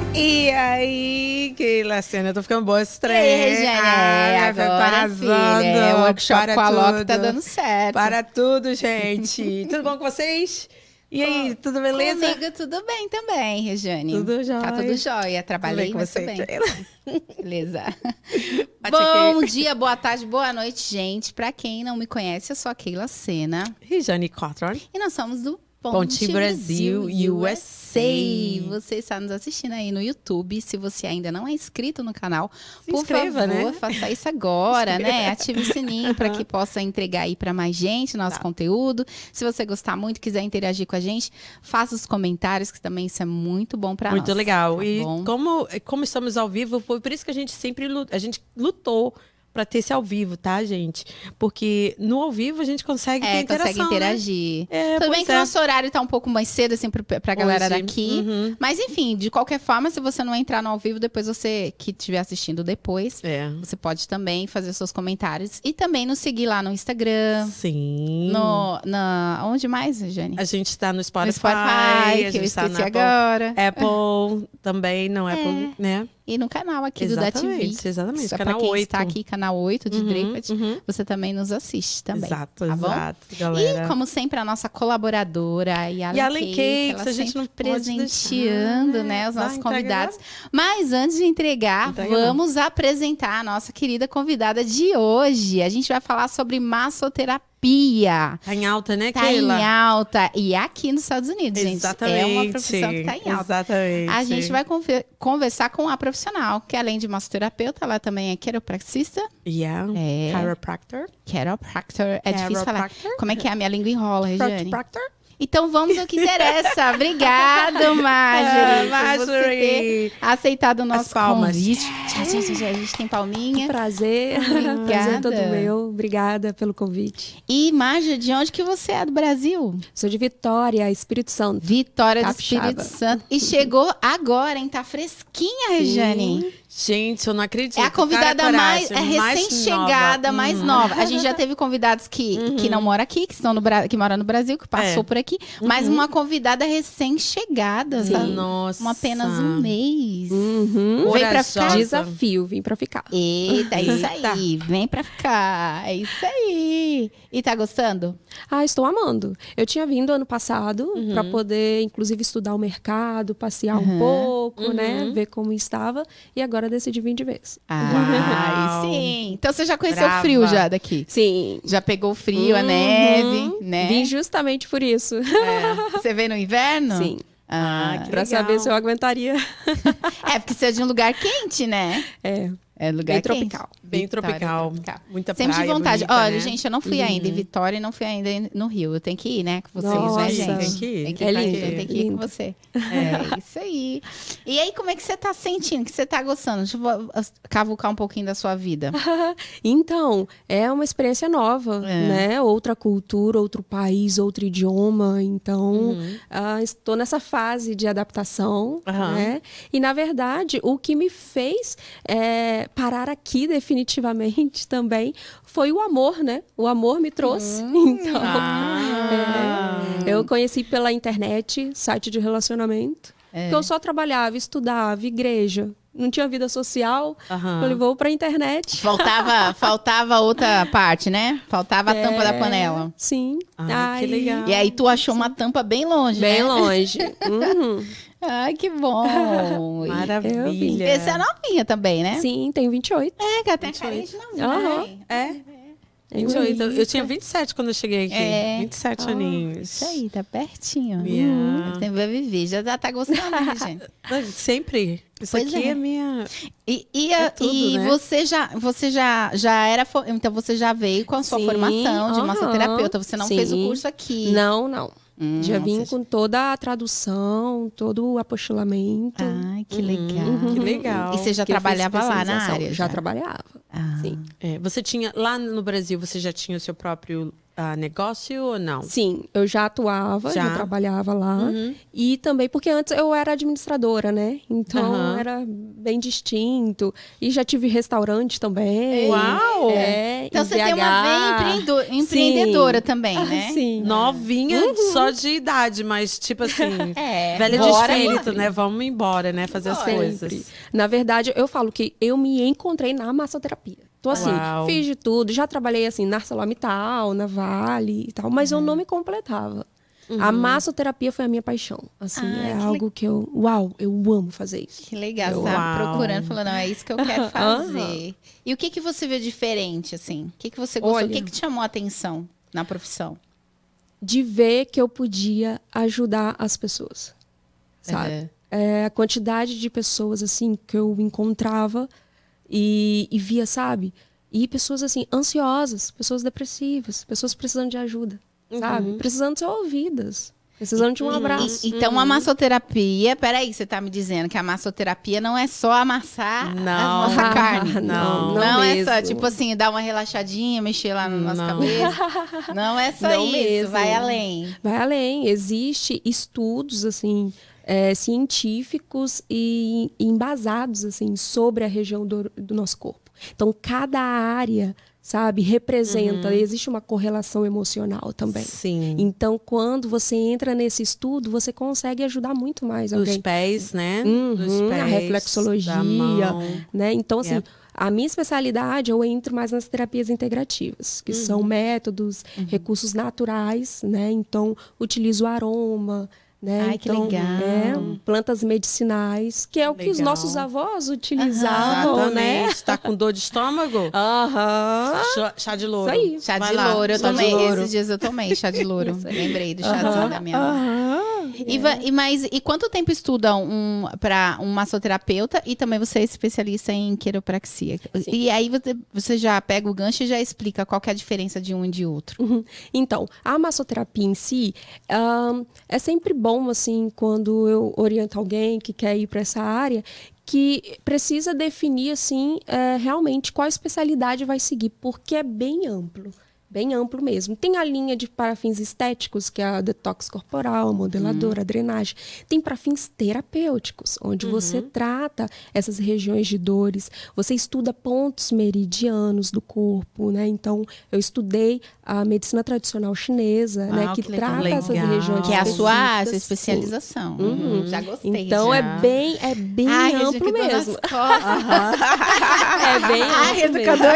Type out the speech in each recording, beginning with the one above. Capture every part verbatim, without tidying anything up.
E aí, Keila Sena, eu tô ficando boa esse trem. E aí, Regiane, ah, agora, tá arrasando. filha, é, o workshop para com a Loki tudo. tá dando certo. Para tudo, gente. Tudo bom com vocês? E aí, tudo beleza? Comigo tudo bem também, Regiane. Tudo jóia. Tá tudo jóia. Trabalhei, Tudo bem com mas você, tô bem. Keila? Beleza. Bate Bom aqui. dia, boa tarde, boa noite, gente. Pra quem não me conhece, eu sou a Keila Sena. Regiane Cotron. E nós somos do Ponte, Ponte Brasil, Brasil, U S A. Você está nos assistindo aí no YouTube. Se você ainda não é inscrito no canal, Se por inscreva, favor, né? faça isso agora, né? Ative o sininho para que possa entregar aí para mais gente nosso Tá. conteúdo. Se você gostar muito, quiser interagir com a gente, faça os comentários, que também isso é muito bom para nós. Muito legal. Tá e bom? como, como estamos ao vivo, foi por isso que a gente sempre lut- a gente lutou para ter esse ao vivo, tá, gente? Porque no ao vivo a gente consegue ter É, interação, consegue interagir. Né? É, Tudo bem pois que é. o nosso horário tá um pouco mais cedo, assim, pra, pra galera Hoje. daqui. Uhum. Mas, enfim, de qualquer forma, se você não entrar no ao vivo, depois você que estiver assistindo depois, É. você pode também fazer seus comentários. E também nos seguir lá no Instagram. Sim. No, na, onde mais, Jane? A gente tá no Spotify, No Spotify, a que eu gente tá esqueci na Apple, agora. Apple também, não Apple, né? E no canal aqui do Da T V. Exatamente, exatamente, Só canal pra quem oito. está aqui, canal oito de Uhum, Dreyfus, uhum. você também nos assiste também. Exato, tá bom? exato, galera. E, como sempre, a nossa colaboradora, Yalen Yalen Cakes, Cakes, ela a gente sempre não pode presenteando, deixar, né, os né? nossos Dá entrega convidados. Mas antes de entregar, Entrega não. vamos apresentar a nossa querida convidada de hoje. A gente vai falar sobre massoterapia. Tá em alta, né, Tá Keila? em alta. E aqui nos Estados Unidos, gente. Exatamente. É uma profissão que tá em alta. Exatamente. A gente vai conver- conversar com a profissional, que além de massoterapeuta, ela também é quiropraxista. Yeah. É. Chiropractor. Chiropractor. É difícil falar. Chiropractor. Como é que é? A minha língua enrola, Regiane. Chiropractor. Então vamos ao que interessa. Obrigada, Marjorie, Ah, por você Marjorie. ter aceitado o nosso As palmas. convite. Já, já, já, já, a gente tem palminha. Prazer. Obrigada. Prazer é todo meu. Obrigada pelo convite. E, Marjorie, de onde que você é do Brasil? Sou de Vitória, Espírito Santo. Vitória Capixaba. do Espírito Santo. E chegou agora, hein? Tá fresquinha, Regiane. Gente, eu não acredito. É a convidada Cara, mais, coragem, é recém-chegada, nova. mais Uhum. nova. A gente já teve convidados que, que não moram aqui, que estão no Bra- que moram no Brasil, que passou É. por aqui, mas uma convidada recém-chegada, Sim. sabe? Nossa. Um apenas um mês. Uhum. Veio pra ficar? Corajosa. Desafio, vim pra ficar. Eita, é isso Eita. aí. Vem pra ficar. É isso aí. E tá gostando? Ah, estou amando. Eu tinha vindo ano passado Uhum. pra poder, inclusive, estudar o mercado, passear Uhum. um pouco, Uhum. né? Ver como estava. E agora decidi vir de vez. Ah, Uau. sim. Então você já conheceu Brava. o frio já daqui? Sim. Já pegou o frio, a Uhum. neve, né? Vim justamente por isso. É. Você veio no inverno? Sim. Ah, Ah, que Pra legal. saber se eu aguentaria. é, porque você é de um lugar quente, né? É. É lugar Bem quente. tropical. Bem Vitória, tropical. Muita Sempre praia de vontade. bonita, Olha, né? gente, eu não fui ainda em Vitória e não fui ainda no Rio. Eu tenho que ir, né, com vocês, né, Nossa. gente? Tem que ir. Tem que ir, É com a lindo, gente, tem que ir com lindo. você. É isso aí. E aí, como é que você tá sentindo? O que você tá gostando? Deixa eu vo- cavucar um pouquinho da sua vida. Então, é uma experiência nova, É. né? Outra cultura, outro país, outro idioma. Então, Uhum. ah, estou nessa fase de adaptação, Aham. né? E, na verdade, o que me fez é, parar aqui definitivamente também foi o amor, né? O amor me trouxe. Então, Ah. é, eu conheci pela internet, site de relacionamento. É. Que eu só trabalhava, estudava, igreja. Não tinha vida social. Aham. Falei, vou pra internet. Faltava, faltava outra parte, né? Faltava a tampa da É, panela. Sim. Ai, que legal. E aí tu achou uma tampa bem longe, Bem né? longe. Uhum. Ai, que bom. Maravilha. E você é novinha também, né? Sim, tenho vinte e oito. É, que até carinha de novinha. Aham. né? É. vinte e oito. Eu tinha vinte e sete quando eu cheguei aqui. É. vinte e sete Ah, aninhos. Isso aí, tá pertinho. Yeah. Hum, tem vai viver. Já tá, tá gostando, né, gente? Sempre. Isso Pois aqui é. é, minha. E, e, a- É tudo, e né? você já, você já, já era, fo- então você já veio com a sua Sim, formação de aham, massoterapeuta. Você não sim. fez o curso aqui. Não, não. Hum, Já vim ou seja- com toda a tradução, todo o apostilamento. Ai, que legal. Uhum. Que legal. E você já que eu fiz trabalhava lá na especialização. área? Já trabalhava, Ah. sim. É, você tinha. Lá no Brasil, você já tinha o seu próprio ah, negócio ou não? Sim, eu já atuava, já, Já? trabalhava lá. Uhum. E também porque antes eu era administradora, né? Então Aham. era bem distinto. E já tive restaurante também. Uau! É, Então em você tem uma B H. veia empreendo- empreendedora Sim. também, né? Sim. Novinha só de idade, mas tipo assim, É, velha de bora, espírito, bora. né? Vamos embora, né? Fazer as Bora. coisas. Na verdade, eu falo que eu me encontrei na massoterapia. Então, assim, Uau. fiz de tudo. Já trabalhei, assim, na ArcelorMittal, na Vale e tal. Mas eu não me completava. A massoterapia foi a minha paixão. Assim, Ai, é que algo que eu... Uau, eu amo fazer isso. Que legal, Eu- você tá Uau. procurando, falando, não, é isso que eu quero fazer. E o que que você vê diferente, assim? O que que você gostou? Olha. O que que te chamou a atenção na profissão? De ver que eu podia ajudar as pessoas, sabe? É, a quantidade de pessoas, assim, que eu encontrava e, e via, sabe? E pessoas, assim, ansiosas, pessoas depressivas, pessoas precisando de ajuda, sabe? Precisando ser ouvidas, precisando de um abraço. E- então, a massoterapia, peraí, você tá me dizendo que a massoterapia não é só amassar Não. a nossa Ah, carne. não, Não, não é só, mesmo. tipo assim, dar uma relaxadinha, mexer lá na nossa Não. cabeça. Não é só Não isso, mesmo. vai além. Vai além. Existem estudos, assim, é, científicos e, e embasados, assim, sobre a região do, do nosso corpo. Então, cada área, sabe, representa. Existe uma correlação emocional também. Sim. Então, quando você entra nesse estudo, você consegue ajudar muito mais Dos alguém. pés, né? Uhum, Dos a pés, reflexologia, da mão. né? Então, assim, Yep. a minha especialidade, eu entro mais nas terapias integrativas, que são métodos, recursos naturais, né? Então, utilizo aroma, né? Ai, que então, legal. é, plantas medicinais, que é o que os Legal. nossos avós utilizavam, né? Exatamente. Tá com dor de estômago? Aham. Chá, chá de louro. Isso aí. Chá Vai de lá, louro, eu chá de tomei. louro. Esses dias eu tomei chá de louro. Lembrei do chazinho da minha mãe. Aham. E, va- e, mas, e quanto tempo estuda um, para um massoterapeuta e também você é especialista em quiropraxia? E aí você, você já pega o gancho e já explica qual que é a diferença de um e de outro. Uhum. Então, a massoterapia em si, ahn, é sempre bom, assim, quando eu oriento alguém que quer ir para essa área, que precisa definir, assim, é, realmente qual especialidade vai seguir, porque é bem amplo. Bem amplo mesmo. Tem a linha de para fins estéticos, que é a detox corporal, modeladora, drenagem. Tem para fins terapêuticos, onde você trata essas regiões de dores. Você estuda pontos meridianos do corpo, né? Então, eu estudei a medicina tradicional chinesa, Ah, né? Que, que legal. trata essas Legal. regiões Que é a sua, a sua específicas. especialização. Uhum. Já gostei. Então, já. é bem, é bem Ai, amplo Regina, que dor nas mesmo. costas. É bem Ai, amplo educador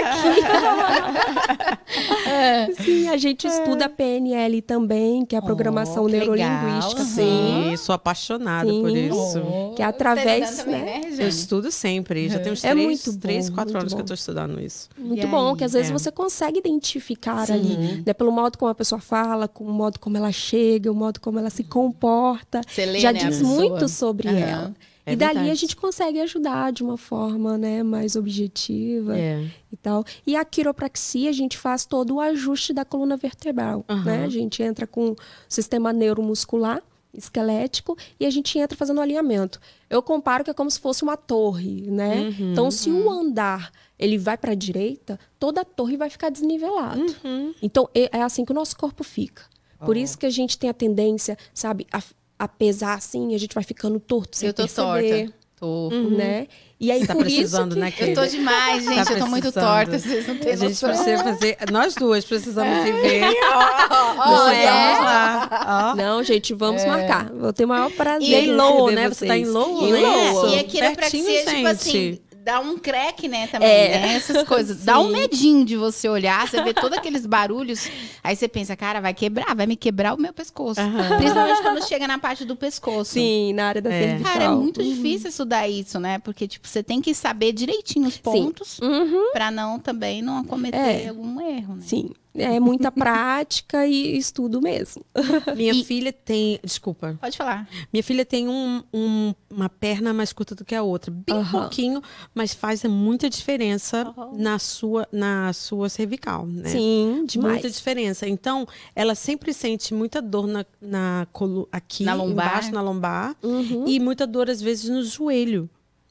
mesmo. Sim, a gente estuda a P N L também, que é a programação Oh, que neurolinguística. legal. Sim. Sim, sou apaixonada Sim. por isso. Oh, Que é através, você tá também, né? né, Eu Regiane? estudo sempre. Já tem uns É três, muito bom, três quatro muito anos que bom. eu tô estudando isso. Muito E bom, aí? que às vezes É. você consegue identificar ali, né, pelo modo como a pessoa fala, com o modo como ela chega, o modo como ela se comporta. Você lê, Já né, a diz pessoa? muito sobre Aham. ela. É e dali verdade. a gente consegue ajudar de uma forma, né, mais objetiva É. e tal. E a quiropraxia, a gente faz todo o ajuste da coluna vertebral, Aham. né? A gente entra com o sistema neuromuscular, esquelético, e a gente entra fazendo alinhamento. Eu comparo que é como se fosse uma torre, né? Uhum. Então, se o andar ele vai para a direita, toda a torre vai ficar desnivelada. Uhum. Então, é é assim que o nosso corpo fica. Por isso que a gente tem a tendência, sabe, a, a pesar assim, a gente vai ficando torto sem Eu tô perceber, torta. Tô. né? E aí, Você tá por isso precisando, que... né, Eu tô Kate? demais, gente. Tá eu tô muito precisando. torta, vocês não têm A gente noção. precisa fazer... Nós duas precisamos se ver. Ó, Precisamos é? lá. Ó. Não, gente, vamos marcar. Vou ter o maior prazer E em em low, receber né? Você tá em vocês. low, Em né? low. E a quiropraxia, Pertinho, tipo assim, gente. dá um crack, né, também, É. né? Essas coisas. Dá um Sim. medinho de você olhar, você vê todos aqueles barulhos, aí você pensa, cara, vai quebrar, vai me quebrar o meu pescoço. Aham. Principalmente quando chega na parte do pescoço. Sim, na área da É. cervical. Cara, é muito difícil estudar isso, né? Porque, tipo, você tem que saber direitinho os pontos Uhum. pra não também não acometer É. algum erro, né? Sim, é muita prática e estudo mesmo. Minha E- filha tem... Desculpa. Pode falar. Minha filha tem um, um- uma perna mais curta do que a outra. Bem Aham. pouquinho, mas faz muita diferença Aham. na, sua, na sua cervical, né? Sim, demais. Muita diferença. Então, ela sempre sente muita dor na, na colu aqui, Na lombar. embaixo, na lombar. Uhum. E muita dor, às vezes, no joelho.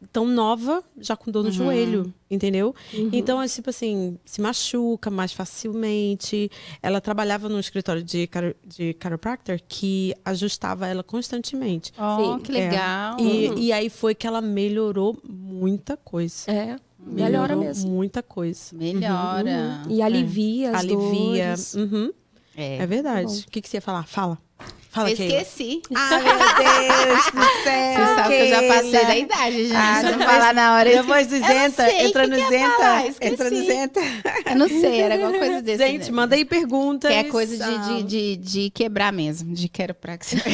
tão nova, já com dor no Uhum. joelho, entendeu? Uhum. Então, é tipo assim, se machuca mais facilmente. Ela trabalhava num escritório de, caro, de chiropractor que ajustava ela constantemente. Oh, Sim. que legal. E, Uhum. e aí foi que ela melhorou muita coisa. É, melhora Melhorou mesmo. muita coisa. Melhora. E alivia as Alivia. dores. Uhum. É. É verdade. bom. O que, que você ia falar? Fala. Fala, Eu Keila. esqueci. Ah, meu Deus do céu. Você sabe que eu já passei Keila. da idade, gente. Ah, Se não depois- falar na hora. eu Depois do esqueci. Eu não Zenta, sei, entra que no que eu ia Zenta. falar? Esqueci. Entra no Zenta. Eu não sei, era alguma coisa desse. Gente, né? manda aí perguntas. Que é coisa de, de, de, de quebrar mesmo, de quiropraxia.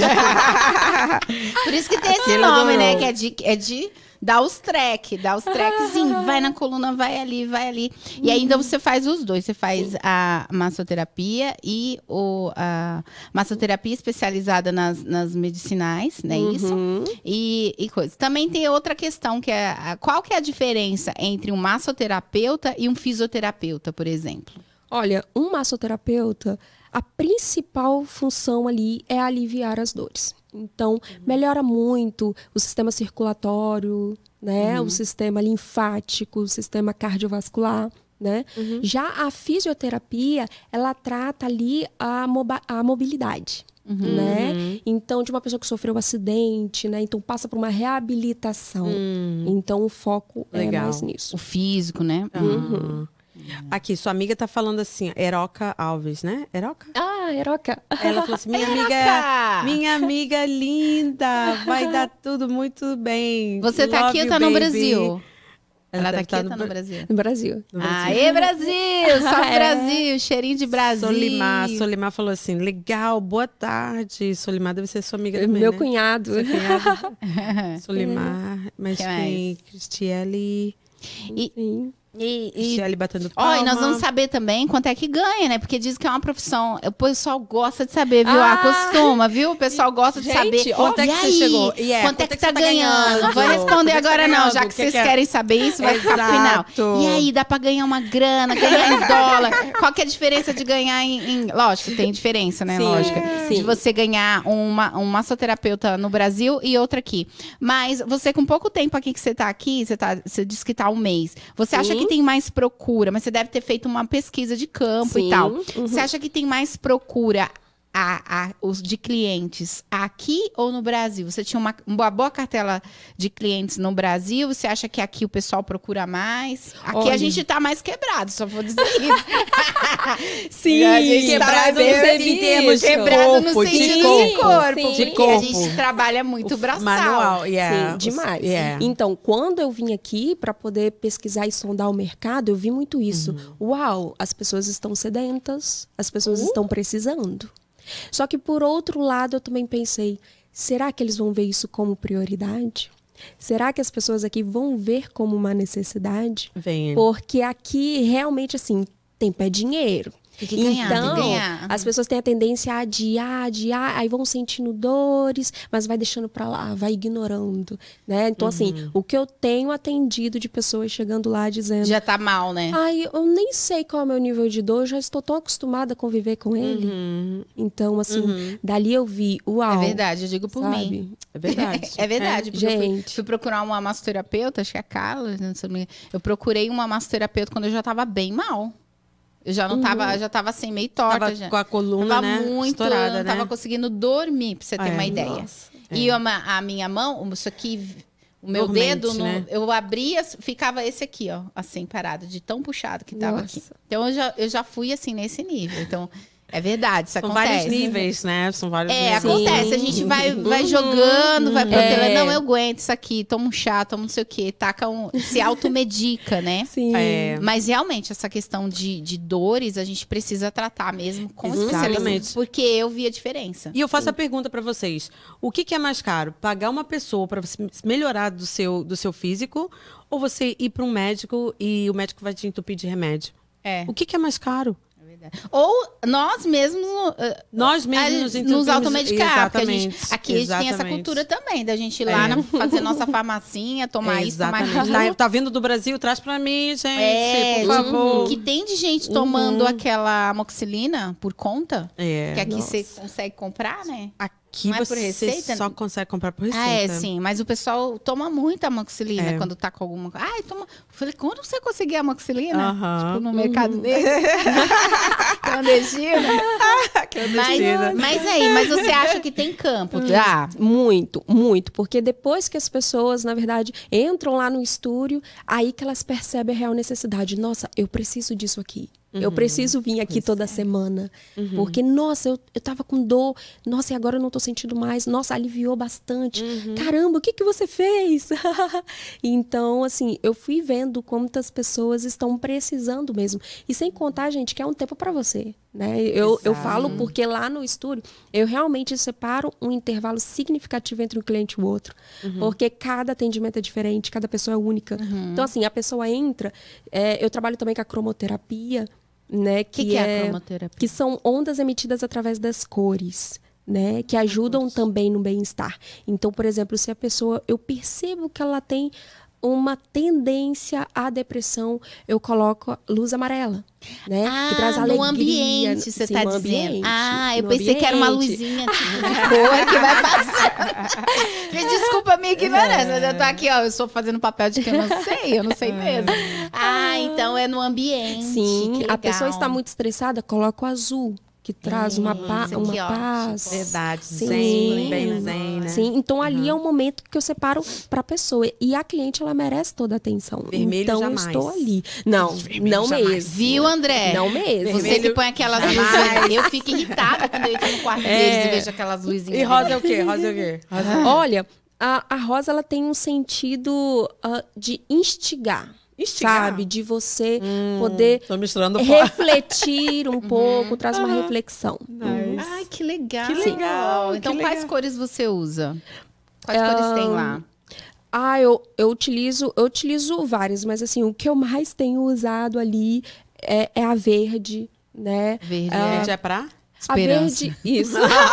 Por isso que tem esse Aquele nome, adorou. né? Que é de, é de dar os track, dar os trackzinhos, vai na coluna, vai ali, vai ali. E ainda você faz os dois. Você faz a massoterapia e o, a massoterapia especializada nas, nas medicinais, né? Isso. Uhum. E, e coisa. Também tem outra questão, que é a- qual que é a diferença entre um massoterapeuta e um fisioterapeuta, por exemplo? Olha, um massoterapeuta, a principal função ali é aliviar as dores. Então, melhora muito o sistema circulatório, né? O sistema linfático, o sistema cardiovascular, né? Já a fisioterapia, ela trata ali a, moba- a mobilidade. Né? Então, de uma pessoa que sofreu um acidente, né? Então passa por uma reabilitação. Então o foco é Legal. mais nisso. O físico, né? Uhum. Aqui, sua amiga tá falando assim, Eroca Alves, né? Eroca? Ah, Eroca. Ela falou assim, minha amiga, Eroca! minha amiga linda, vai dar tudo muito bem. Você tá Love aqui ou you, tá no baby. Brasil? Ela Ela tá deve aqui tá ou no tá no Bra- Brasil? No Brasil. no Brasil. Aê, Brasil! Salve, É. Brasil! Cheirinho de Brasil! Solimar, Solimar falou assim, legal, boa tarde. Solimar deve ser sua amiga também, Meu né? cunhado. Seu cunhado. Solimar, mas Que quem? Cristiele, Sim. E, e Cristiele batendo Ó, palma. e nós vamos saber também quanto é que ganha, né? Porque diz que é uma profissão. O pessoal gosta de saber, viu? Ah! Acostuma, viu? O pessoal gosta de Gente, saber. quanto é que E você aí? chegou? E é, Quanto é quanto que é que tá você tá ganhando? ganhando? Vou responder Quanto é que você agora tá não, já ganhando? que Que vocês que é? querem saber isso, vai ficar pro final. Exato. E aí, dá pra ganhar uma grana, ganhar em dólar? Qual que é a diferença de ganhar em... em- Lógico, tem diferença, né? Sim, Lógica. sim. De você ganhar uma, um massoterapeuta no Brasil e outra aqui. Mas você, com pouco tempo aqui que você tá aqui, você, tá, você disse que tá há um mês. Você acha Sim. que tem mais procura, mas você deve ter feito uma pesquisa de campo e Sim, tal. uhum. Você acha que tem mais procura a, a- os de clientes aqui ou no Brasil? Você tinha uma, uma boa cartela de clientes no Brasil? Você acha que aqui o pessoal procura mais? Aqui a Olha. gente tá mais quebrado, só vou dizer isso. Sim, A gente tá quebrado mais no bem- serviço. Quebrado no corpo, de sentido de corpo, corpo, sim. porque de corpo. a gente trabalha muito braçal. Manual, yeah. Sim, demais. Yeah. Então, quando eu vim aqui para poder pesquisar e sondar o mercado, eu vi muito isso. Uau, as pessoas estão sedentas, as pessoas estão precisando. Só que, por outro lado, eu também pensei, será que eles vão ver isso como prioridade? Será que as pessoas aqui vão ver como uma necessidade? Vem. Porque aqui, realmente, assim, tempo é dinheiro. Tem que ganhar, então, tem que ganhar. as pessoas têm a tendência a adiar, adiar, aí vão sentindo dores, mas vai deixando pra lá, vai ignorando, né? Então, assim, o que eu tenho atendido de pessoas chegando lá dizendo, Já tá mal, né? ai, eu nem sei qual é o meu nível de dor, já estou tão acostumada a conviver com ele. Uhum. Então, assim, dali eu vi, uau. É verdade, eu digo por sabe? mim. É verdade. É verdade. porque eu fui- Gente. Fui, procurar uma massoterapeuta, acho que é a Carla, né, se eu não me engano. Eu procurei uma massoterapeuta quando eu já tava bem mal. Eu já não tava, já tava assim, meio torta. Tava já. com a coluna, Tava né? muito, estourada, não tava né? conseguindo dormir, pra você ter É. uma ideia. Nossa. E uma- a minha mão, isso aqui, o meu Dormente, dedo, no- né? eu abria, ficava esse aqui, ó, assim, parado, de tão puxado que tava aqui. Nossa. Então eu já, eu já fui assim, nesse nível. Então, é verdade, isso São acontece. vários níveis, né? São vários É, níveis. acontece. A gente vai, vai jogando, vai protelando. É. Não, eu aguento isso aqui, toma um chá, toma não sei o quê. Taca um, se automedica, né? Sim. É. Mas realmente, essa questão de, de dores, a gente precisa tratar mesmo com Exatamente. especialistas. Porque eu vi a diferença. E eu faço a pergunta pra vocês: o que, que é mais caro? Pagar uma pessoa pra você melhorar do seu, do seu físico ou você ir pra um médico e o médico vai te entupir de remédio? É. O que, que é mais caro? Ou nós mesmos uh, Nós a- mesmos nos nos entupimos. automedicar. Porque a gente, Exatamente, aqui a gente tem essa exatamente. cultura também, da gente ir lá É. na- fazer nossa farmacinha, tomar isso, tomar Exatamente. aquilo. Tá, tá vindo do Brasil? Traz pra mim, gente. É, por favor. que tem de gente tomando aquela amoxicilina por conta, É. que aqui Nossa. você consegue comprar, né? A- Que Não é por você receita? só consegue comprar por receita. Ah, é, sim. Mas o pessoal toma muita amoxicilina É. quando tá com alguma coisa. Ai, toma. Eu falei, quando você conseguir a amoxicilina? Aham. Tipo, no mercado dele. Clandestina. Mas, Clandestina. mas aí, mas você acha que tem campo? Tá? Muito, muito. Porque depois que as pessoas, na verdade, entram lá no estúdio, aí que elas percebem a real necessidade. Nossa, eu preciso disso aqui. Eu preciso vir aqui toda semana. Porque, nossa, eu, eu tava com dor. Nossa, e agora eu não tô sentindo mais. Nossa, aliviou bastante. Caramba, o que que você fez? Então, assim, eu fui vendo quantas pessoas estão precisando mesmo. E sem contar, gente, que é um tempo para você. Né? Eu, eu falo porque lá no estúdio eu realmente separo um intervalo significativo entre um cliente e o outro. Porque cada atendimento é diferente, cada pessoa é única. Então, assim, a pessoa entra. É, eu trabalho também com a cromoterapia, né? Que, que é a cromoterapia? Que são ondas emitidas através das cores. Né, que ajudam também no bem-estar. Então, por exemplo, se a pessoa, eu percebo que ela tem uma tendência à depressão, eu coloco a luz amarela, né? Ah, que traz no alegria. ambiente, você Sim, tá no dizendo. ambiente, Ah, eu no pensei que era uma ambiente. luzinha tipo, de cor que vai passar. Gente, desculpa a minha ignorância, mas eu tô aqui, ó, eu estou fazendo papel de que eu não sei, eu não sei mesmo. Ah, então é no ambiente. Sim, que a pessoa legal. está muito estressada, coloca o azul, que traz uma, pa Isso, uma que paz. ótimo. Verdade, Sim. zen, bem zen, né? Sim, então ali é um momento que eu separo para a pessoa. E a cliente, ela merece toda a atenção. Vermelho então jamais. eu estou ali. Não, Vermelho não jamais. mesmo. Viu, André? Não mesmo. Você Vermelho que põe aquelas jamais. luzinhas. Eu fico irritada quando eu entro no quarto deles e vejo aquelas luzinhas. E rosa é o quê? Rosa é o quê? Rosa... Olha, a, a rosa ela tem um sentido ah, de instigar. Instigar? Sabe? De você poder Tô misturando forte. refletir um pouco, traz uma reflexão. Ai, que legal. Que legal, Então, que quais legal. cores você usa? Quais cores tem lá? Ah, eu, eu utilizo, eu utilizo várias, mas assim, o que eu mais tenho usado ali é, é a verde, né? Verde, Ah, Verde é pra? A Esperança. verde, isso.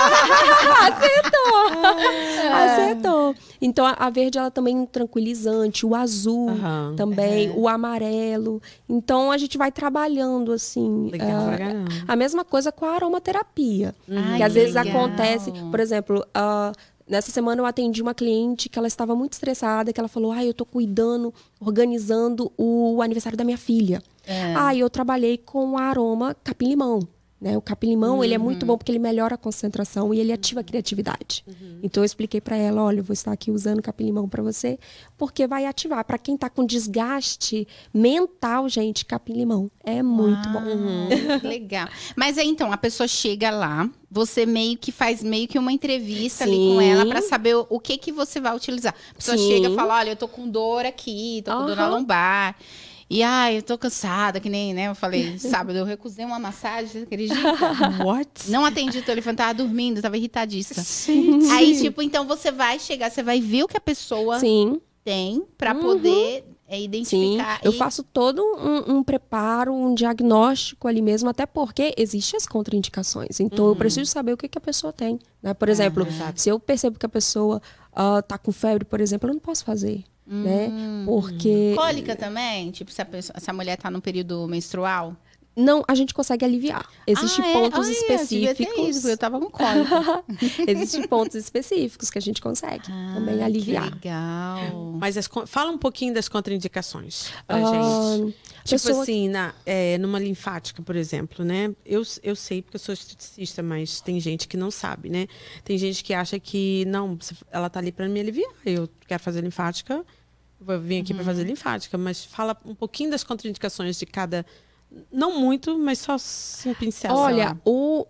Acertou! Acertou. Então, a, a verde, ela também é um tranquilizante. O azul Aham. também. O amarelo. Então, a gente vai trabalhando, assim. Legal, ah, pra caramba. a mesma coisa com a aromaterapia. Ai, que às que vezes legal. acontece... Por exemplo... ah, nessa semana eu atendi uma cliente que ela estava muito estressada, que ela falou, ah, eu tô cuidando, organizando o aniversário da minha filha. É. Aí eu trabalhei com a aroma capim-limão. Né? O capim-limão, ele é muito bom porque ele melhora a concentração e ele ativa a criatividade. Então eu expliquei para ela, olha, eu vou estar aqui usando capim-limão para você, porque vai ativar. Para quem tá com desgaste mental, gente, capim-limão é muito bom. Que legal. Mas aí, então, a pessoa chega lá, você meio que faz meio que uma entrevista ali com Sim. ela pra saber o, o que que você vai utilizar. A pessoa Sim. chega e fala, olha, eu tô com dor aqui, tô com dor na Aham. lombar. E, ai, eu tô cansada, que nem, né? Eu falei, sábado, eu recusei uma massagem, você acredita? What? Não atendi o telefone, tava dormindo, tava irritadíssima. Gente. Aí, tipo, então você vai chegar, você vai ver o que a pessoa Sim, tem pra poder é, sim. identificar. Eu e- faço todo um, um preparo, um diagnóstico ali mesmo, até porque existem as contraindicações. Então, eu preciso saber o que, que a pessoa tem. Né? Por exemplo, exato. se eu percebo que a pessoa ah, tá com febre, por exemplo, eu não posso fazer. Né? Porque... Cólica também? Tipo, se a, pessoa- se a mulher tá no período menstrual? Não, a gente consegue aliviar. Existem Ah, é? pontos Ai, eu devia ter ido, específicos. porque eu tava com cólica. Existem pontos específicos que a gente consegue também Ah, aliviar. Que legal. Mas as con- fala um pouquinho das contraindicações pra Ah, gente. Tipo pessoa- assim, na, é, numa linfática, por exemplo, né? Eu, eu sei porque eu sou esteticista, mas tem gente que não sabe, né? Tem gente que acha que, não, se- ela tá ali para me aliviar. Eu quero fazer linfática, vou vir aqui para fazer linfática. Mas fala um pouquinho das contraindicações de cada... Não muito, mas só assim, pincel. Olha, o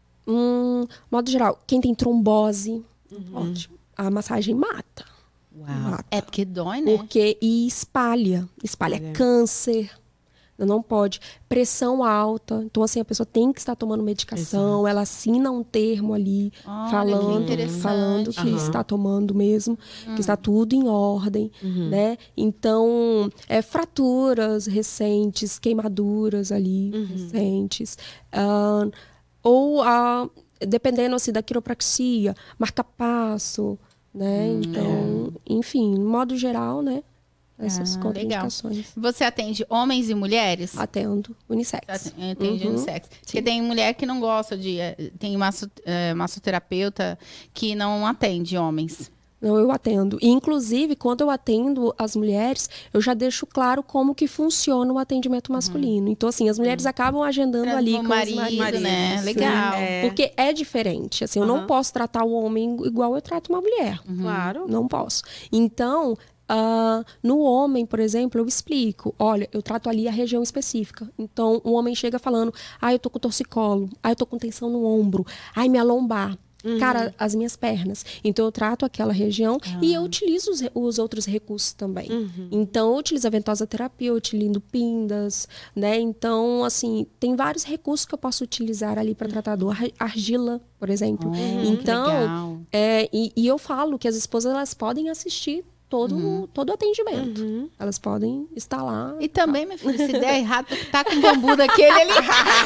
um, modo geral, quem tem trombose, pode. A massagem mata. Uau. Mata. É porque dói, né? Porque e espalha, espalha Espalha. câncer. Não pode. Pressão alta. Então, assim, a pessoa tem que estar tomando medicação. Ela assina um termo ali, Olha, que falando, interessante. falando que Aham. está tomando mesmo, que está tudo em ordem, né? Então, é, fraturas recentes, queimaduras ali recentes. Ah, ou, ah, dependendo, assim, da quiropraxia, marca-passo, né? Então, enfim, no modo geral, né? essas Ah, contraindicações. Você atende homens e mulheres? Atendo unissex. Atende Uhum. unissex. Porque Sim. tem mulher que não gosta de... eh, Tem masso, eh, massoterapeuta que não atende homens. Não, eu atendo. E, inclusive, quando eu atendo as mulheres, eu já deixo claro como que funciona o atendimento masculino. Então, assim, as mulheres acabam agendando Pra- ali o com marido, os maridos. né? Sim. Legal. É. Porque é diferente. Assim, eu Aham. não posso tratar o homem igual eu trato uma mulher. Claro. Não posso. Então, ah, no homem, por exemplo, eu explico. Olha, eu trato ali a região específica. Então, o homem chega falando, ah, eu tô com torcicolo, ah, eu tô com tensão no ombro, ai, minha lombar. Cara, as minhas pernas. Então, eu trato aquela região e eu utilizo os, re- os outros recursos também. Então, eu utilizo a ventosa terapia, eu utilizo pindas, né? Então, assim, tem vários recursos que eu posso utilizar ali para tratar dor. Ar- Argila, por exemplo. Então, legal. é, e, e eu falo que as esposas elas podem assistir todo, todo o atendimento. Elas podem estar lá. E também, minha filha, se der errado, tu tá com o bambu daquele ali.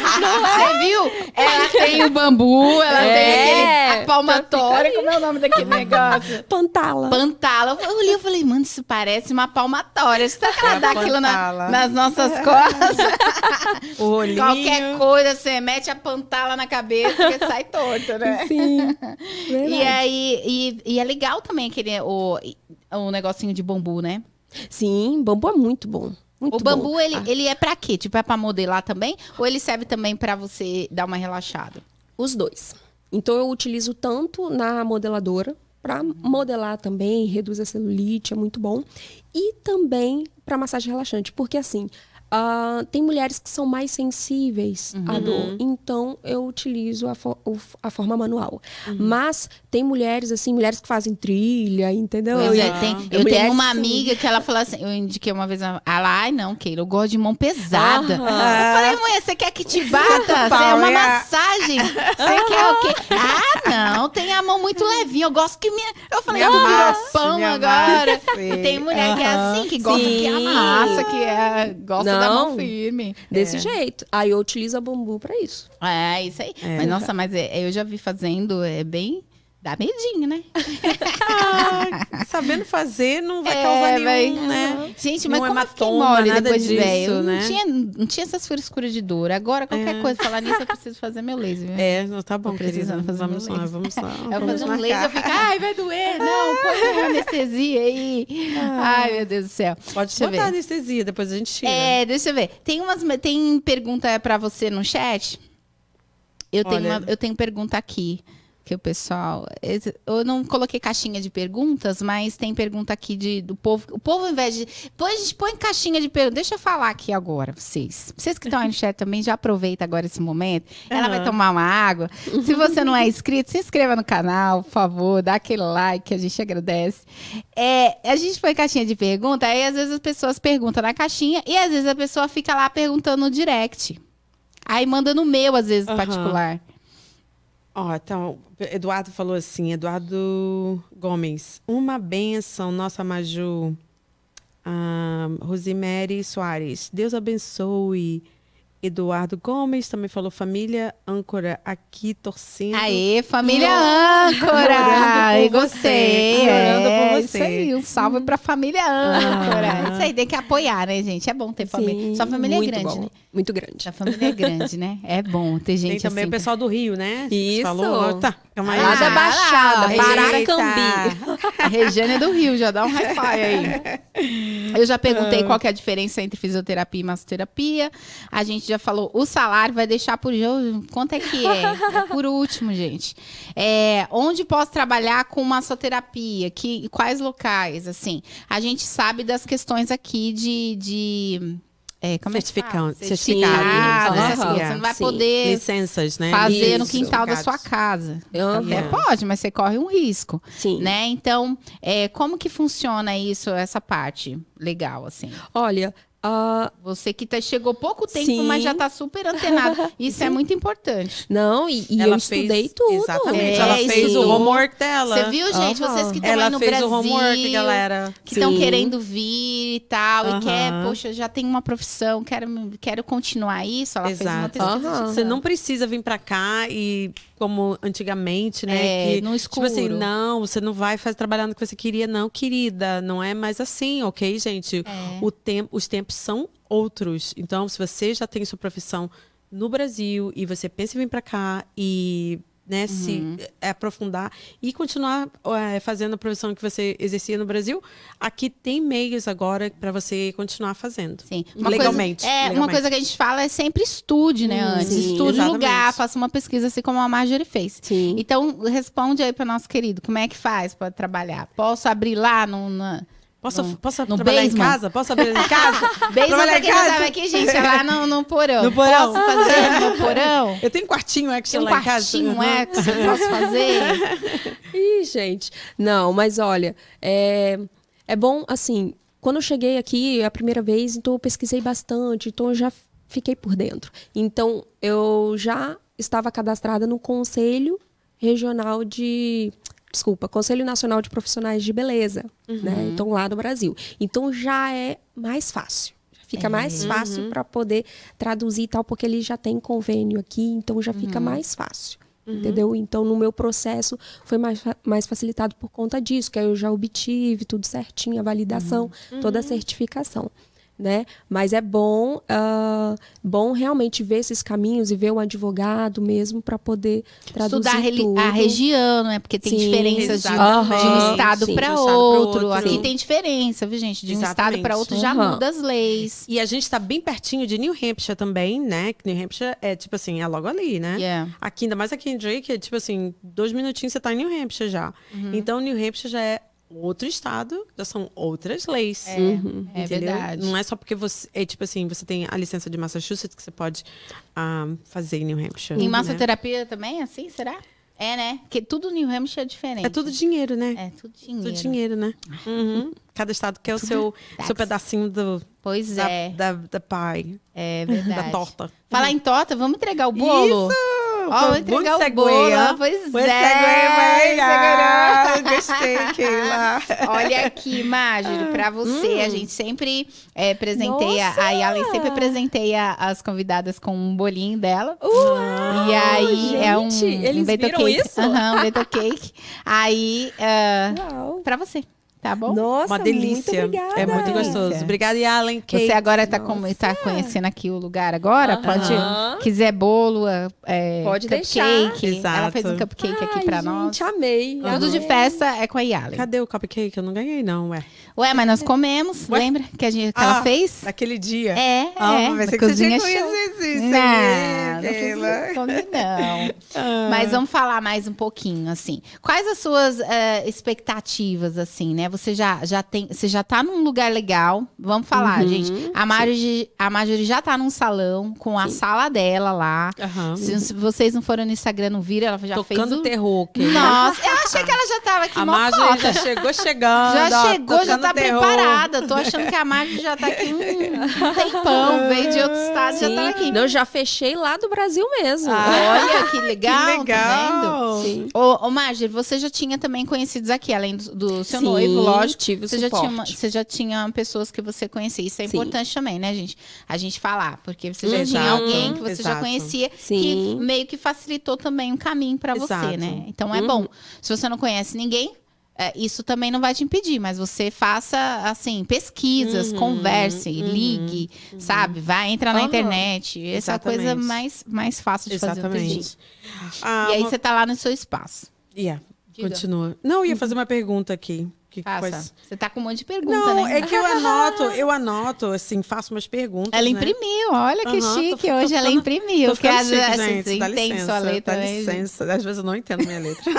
Você viu? Ela tem o bambu, ela É, tem aquele, a palmatória. já fica aí. Como é o nome daquele negócio? Pantala. Pantala. Eu olhei e falei, mano, isso parece uma palmatória. Será que ela É dá a aquilo na- pantala. nas nossas costas? O olhinho. Qualquer coisa, você mete a pantala na cabeça e sai torto, né? Sim. E Verdade. aí, e, e é legal também aquele, o, o negocinho de bambu, né? Sim, bambu é muito bom. Muito O bambu, bom. ele, Ah, ele é pra quê? Tipo, é pra modelar também? Ou ele serve também pra você dar uma relaxada? Os dois. Então, eu utilizo tanto na modeladora, para modelar também, reduz a celulite, é muito bom. E também para massagem relaxante, porque assim, ah, tem mulheres que são mais sensíveis à dor. Então, eu utilizo a, fo- o- a forma manual. Mas tem mulheres, assim, mulheres que fazem trilha, entendeu? Pois é, E- tem- e eu tenho mulheres, uma assim, amiga que ela falou assim, eu indiquei uma vez, ela, ai não, Keila, eu gosto de mão pesada. Aham. Eu falei, mulher, você quer que te bata? Você é uma Pau, é. massagem. Você quer o quê? Ah, não, tem a mão muito levinha, eu gosto que minha... Eu falei, Me ah, virou amasse, pão me agora. amasse. E tem mulher que é Aham. assim, que gosta que Sim. amassa, que é, gosta da mão Não. firme. Desse jeito. Aí eu utilizo a bambu para isso. É, isso aí. É. Mas, nossa, mas é- eu já vi fazendo, é bem... Dá medinho, né? Ah, sabendo fazer não vai É, causar vai- nenhum, né? Gente, mas Nenhum como eu fiquei hematoma, mole nada depois de disso, velho? Eu né? Não tinha, não tinha essas frescuras de dor. Agora, qualquer coisa, falar nisso, eu preciso fazer meu laser. viu? É, não, tá bom, Tô precisando querida. fazer Vamos meu lá, laser. vamos lá. Eu vamos fazer um marcar. laser, eu fico, ai, vai doer. Não, põe uma anestesia aí. Ai, meu Deus do céu. Pode Deixa eu botar ver. anestesia, depois a gente tira. É, deixa eu ver. Tem, umas, tem pergunta pra você no chat? Eu tenho, Olha. uma- eu tenho pergunta aqui. Que o pessoal. esse- Eu não coloquei caixinha de perguntas, mas tem pergunta aqui de, do povo. O povo, ao invés de. Depois a gente põe caixinha de perguntas. Deixa eu falar aqui agora, vocês. Vocês que estão aí no chat também, já aproveita agora esse momento. Ela vai Aham. tomar uma água. Se você não é inscrito, se inscreva no canal, por favor, dá aquele like que a gente agradece. É, a gente põe caixinha de pergunta, aí às vezes as pessoas perguntam na caixinha e às vezes a pessoa fica lá perguntando no direct. Aí manda no meu, às vezes, Aham. particular. Ó, então, Eduardo falou assim, Eduardo Gomes, uma benção, nossa Maju, ah, Rosemary Soares, Deus abençoe. Eduardo Gomes também falou, família âncora aqui torcendo. Aê, família Orando âncora! por Eu gostei. você, orando é, por Isso você. aí, um salve pra família âncora. Ah. Isso aí, tem que apoiar, né, gente? É bom ter família. Sua família é muito grande, bom. né? Muito grande. Sua família é grande, né? É bom ter gente Tem também assim. o pessoal do Rio, né? Isso. Falou, tá, calma aí. Lá da Ah, Baixada, lá, Paracambi. A Regiane é do Rio, já dá um hi-fi aí. Eu já perguntei qual que é a diferença entre fisioterapia e massoterapia. A gente já falou, o salário vai deixar por... Quanto é que é? É por último, gente. É, onde posso trabalhar com massoterapia? Que, quais locais? Assim, a gente sabe das questões aqui de... de é, como é que fala? Certificante. Certificado, Sim. essas Aham. coisas. Você não vai Sim. poder Licenças, né? fazer no Isso. quintal da sua Certificados. casa. Aham. Até pode, mas você corre um risco, Sim. né? Então, é, como que funciona isso, essa parte legal, assim? Olha, ah, Você que tá, chegou pouco tempo, Sim. mas já tá super antenado. Isso é muito importante. não, e, e eu Ela estudei fez- tudo. Exatamente, É, ela fez o estudou. homework dela. Você viu, gente? Aham. Vocês que estão aí Ela no fez Brasil, o homework, galera. que estão Sim. querendo vir e tal, Aham. e quer, poxa, já tem uma profissão, quero, quero continuar isso. Ela fez uma Exato. pesquisa. Aham. Você não precisa vir pra cá e como antigamente, né? É, que, no escuro. Tipo assim, não, você não vai fazer trabalhar no que você queria, não, querida. Não é mais assim, ok, gente? É. O tempo, os tempos são outros. Então, se você já tem sua profissão no Brasil e você pensa em vir para cá e né, uhum. se é, aprofundar e continuar é, fazendo a profissão que você exercia no Brasil, aqui tem meios agora para você continuar fazendo. Sim. Uma legalmente. Coisa, é, legalmente. Uma coisa que a gente fala é sempre estude, né, antes. Sim, estude exatamente. o lugar, faça uma pesquisa, assim como a Marjorie fez. Sim. Então, responde aí para o nosso querido, como é que faz para trabalhar? Posso abrir lá no... Na... Posso, no, posso no trabalhar basement? em casa? Posso abrir em casa? Basement, trabalhar pra em quem não casa? sabe aqui, gente, é lá no, no porão. No porão. Posso fazer no porão? Eu tenho um quartinho extra Tem um lá em casa. quartinho Uhum. extra, posso fazer? Ih, gente. Não, mas olha, é, é bom, assim, quando eu cheguei aqui a primeira vez, então eu pesquisei bastante, então eu já fiquei por dentro. Então, eu já estava cadastrada no Conselho Regional de... Desculpa, Conselho Nacional de Profissionais de Beleza, uhum. né? Então, lá no Brasil. Então, já é mais fácil. Fica é. mais fácil uhum. para poder traduzir e tal, porque ele já tem convênio aqui, então já fica uhum. mais fácil. Uhum. Entendeu? Então, no meu processo, foi mais, mais facilitado por conta disso, que aí eu já obtive tudo certinho, a validação, uhum. toda a certificação. Né? Mas é bom, uh, bom realmente ver esses caminhos e ver um advogado mesmo para poder traduzir Estudar tudo. a região, né? Porque tem sim, diferenças de, de um estado para outro. outro. Aqui tem diferença, viu, gente? De exatamente. um estado para outro já uhum. muda as leis. E a gente está bem pertinho de New Hampshire também, né? Que New Hampshire é tipo assim, é logo ali, né? Yeah. Aqui, ainda mais aqui em Drake, é tipo assim, dois minutinhos você tá em New Hampshire já. Uhum. Então, New Hampshire já é outro estado, já são outras leis. É, uhum. é verdade. Não é só porque você, é tipo assim, você tem a licença de Massachusetts que você pode um, fazer em New Hampshire. Em né? massoterapia também, assim, será? É, né? Porque tudo New Hampshire é diferente. É tudo dinheiro, né? É tudo dinheiro. Tudo dinheiro, né? Uhum. Cada estado quer o seu, seu pedacinho do... Pois da, é. Da, da pie. É verdade. Da torta. Falar em torta, vamos entregar o bolo? Isso! Ó, vou entregar o bolo. Pois Foi é. Segura. Gostei, Keila. Olha aqui, Marjorie, pra você, hum. a gente sempre é, presenteia, Nossa! a Yalen sempre presenteia as convidadas com um bolinho dela. Uau, e aí gente, é um, eles um bento viram cake. isso? Uhum, um bento cake. Aí, uh, Uau. pra você. Tá bom? Nossa, uma delícia. Muito obrigada. É muito gostoso. Obrigada, Yalen. Você agora tá, com, tá conhecendo aqui o lugar agora? Aham. Pode, quiser bolo, é, pode cupcake. deixar. Exato. Ela fez um cupcake aqui Ai, pra gente, nós. amei. Tudo amei. de festa é com a Yalen. Cadê o cupcake? Eu não ganhei, não, ué. Ué, mas nós comemos, Ué? lembra que, a gente, que ah, ela fez? Naquele dia. É, ah, é. Mas na é que você tinha cozinha show. conhecido isso. Não, não, Keila. fiz comi, não. Ah. Mas vamos falar mais um pouquinho, assim. Quais as suas uh, expectativas, assim, né? Você já, já tem, você já tá num lugar legal. Vamos falar, Uhum, gente. A Marjorie, a Marjorie já tá num salão com a sim. sala dela lá. Aham. Se, se vocês não foram no Instagram, não viram, ela já Tocando fez o... terror, Keila. Nossa, eu achei que ela já tava aqui A mocota. Marjorie já chegou chegando. Já ó, chegou, já tocando tá terror. preparada. Tô achando que a Marjorie já tá aqui um, um tempão. Veio de outro estado, já tá aqui. Não, eu já fechei lá do Brasil mesmo. Ah, olha, que legal, Que legal. tá vendo? Sim. Ô, ô Marjorie, você já tinha também conhecidos aqui, além do, do seu Sim, noivo, lógico. tive você já, tinha uma- suporte. você já tinha pessoas que você conhecia. Isso é Sim. importante também, né, gente? A gente falar, porque você já Uhum. tinha alguém que você já Exato. conhecia, que Sim. meio que facilitou também um caminho pra você, Exato. né? Então é Uhum. bom. Se você não conhece ninguém, é, isso também não vai te impedir, mas você faça, assim, pesquisas, Uhum, converse, uhum, ligue, sabe? Vai, entra na Aham. internet. Essa é a coisa Exatamente. mais, mais fácil de fazer. outro dia. Exatamente. Ah, E aí uma- você tá lá no seu espaço. Yeah, Diga. continua. Não, eu ia fazer uma pergunta aqui. Que, Faça. quais- Você tá com um monte de pergunta, Não, né? é que eu anoto, eu anoto, assim, faço umas perguntas, Ela né? imprimiu, olha que Aham, tô- chique. tô Hoje ela ficando- imprimiu. Tô Porque ficando às chique, vezes gente, você dá entende licença, sua letra. dá né? licença. Às vezes eu não entendo minha letra.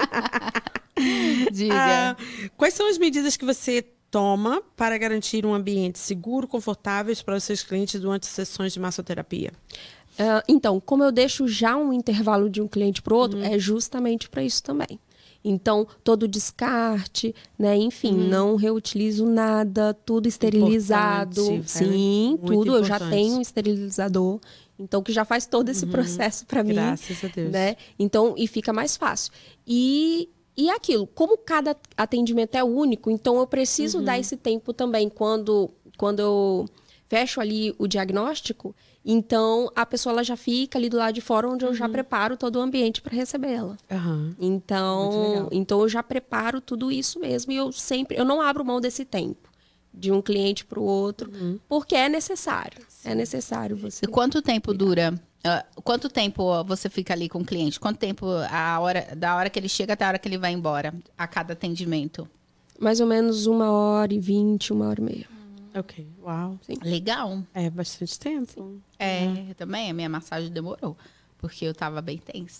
Diga. Ah, quais são as medidas que você toma para garantir um ambiente seguro, confortável para os seus clientes durante as sessões de massoterapia? Ah, então, como eu deixo já um intervalo de um cliente para o outro, é justamente para isso também. Então, todo descarte, né? Enfim, não reutilizo nada, tudo esterilizado. Importante, Sim, é muito tudo. Eu já importante. tenho um esterilizador, então que já faz todo esse processo para mim. Graças a Deus. Né? Então, e fica mais fácil. E, e é aquilo, como cada atendimento é único, então eu preciso dar esse tempo também quando, quando eu fecho ali o diagnóstico Então, a pessoa ela já fica ali do lado de fora, onde eu já preparo todo o ambiente para recebê-la. Aham. Muito Então, legal. então, eu já preparo tudo isso mesmo. E eu sempre, eu não abro mão desse tempo. De um cliente para o outro. Porque é necessário. É necessário você... E quanto tempo dura? Uh, quanto tempo você fica ali com o cliente? Quanto tempo a hora, da hora que ele chega até a hora que ele vai embora? A cada atendimento? Mais ou menos uma hora e vinte, uma hora e meia. Ok, uau. Legal. É bastante tempo. É, eu também. A minha massagem demorou. Porque eu tava bem tensa.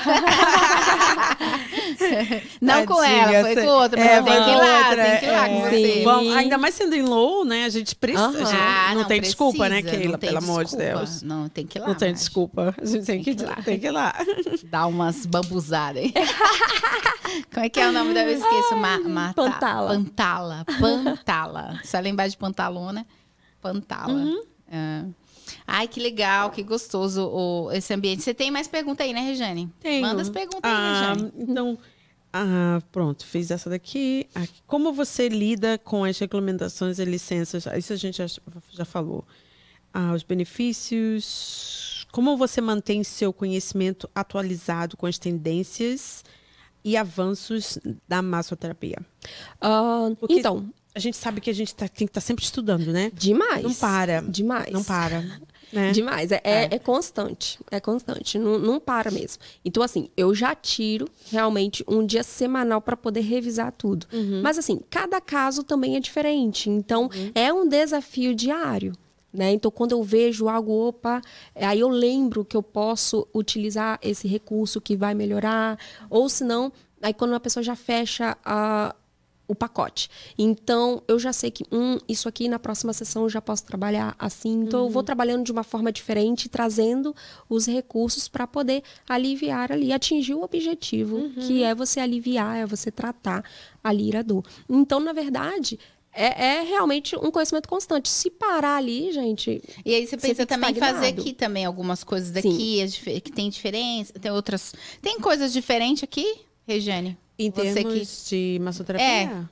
Não com Tadinha, ela, foi cê- com outra. Mas é, eu tenho foi que ir com lá, outra, tem que ir lá com é. você. Vamos, ainda mais sendo em low, né? A gente precisa. Aham. a gente Ah, não, tem desculpa, né, precisa, Keila? não tem Pelo amor de desculpa. Deus. Não, tem que ir lá. Não tem mas desculpa. A gente tem que, Tem que ir lá. tem que ir lá. Dá umas bambuzadas aí. Como é que é o nome da? Eu esqueço. Ma, mata- Pantala. Pantala. Pantala. Só lembrar de pantalona. Pantala. É. Ai, que legal, que gostoso o, esse ambiente. Você tem mais pergunta aí, né, Regiane? Tenho. Manda as perguntas Ah, aí, Regiane. então, ah, pronto, fiz essa daqui. Ah, Como você lida com as regulamentações e licenças? Isso a gente já, já falou. Ah, os benefícios. Como você mantém seu conhecimento atualizado com as tendências e avanços da massoterapia? Ah, Porque então, a gente sabe que a gente tá- tem que estar sempre estudando, né? demais. Não para. Demais. Não para. Né? Demais. É, É. é. é constante. É constante. Não, não para mesmo. Então, assim, eu já tiro realmente um dia semanal para poder revisar tudo. Mas, assim, cada caso também é diferente. Então, é um desafio diário. Né? Então, quando eu vejo algo, opa, aí eu lembro que eu posso utilizar esse recurso que vai melhorar. Ou, se não, aí quando a pessoa já fecha a. o pacote. Então, eu já sei que, hum, isso aqui na próxima sessão eu já posso trabalhar assim. Então, eu vou trabalhando de uma forma diferente, trazendo os recursos para poder aliviar ali, atingir o objetivo, que é você aliviar, é você tratar ali a dor. Então, na verdade, é, é realmente um conhecimento constante. Se parar ali, gente... E aí você Você pensa fica também em fazer estagnado. aqui também algumas coisas daqui, as dife- que tem diferença, tem outras... Tem coisas diferentes aqui, Regiane? Em Você termos de massoterapia? É.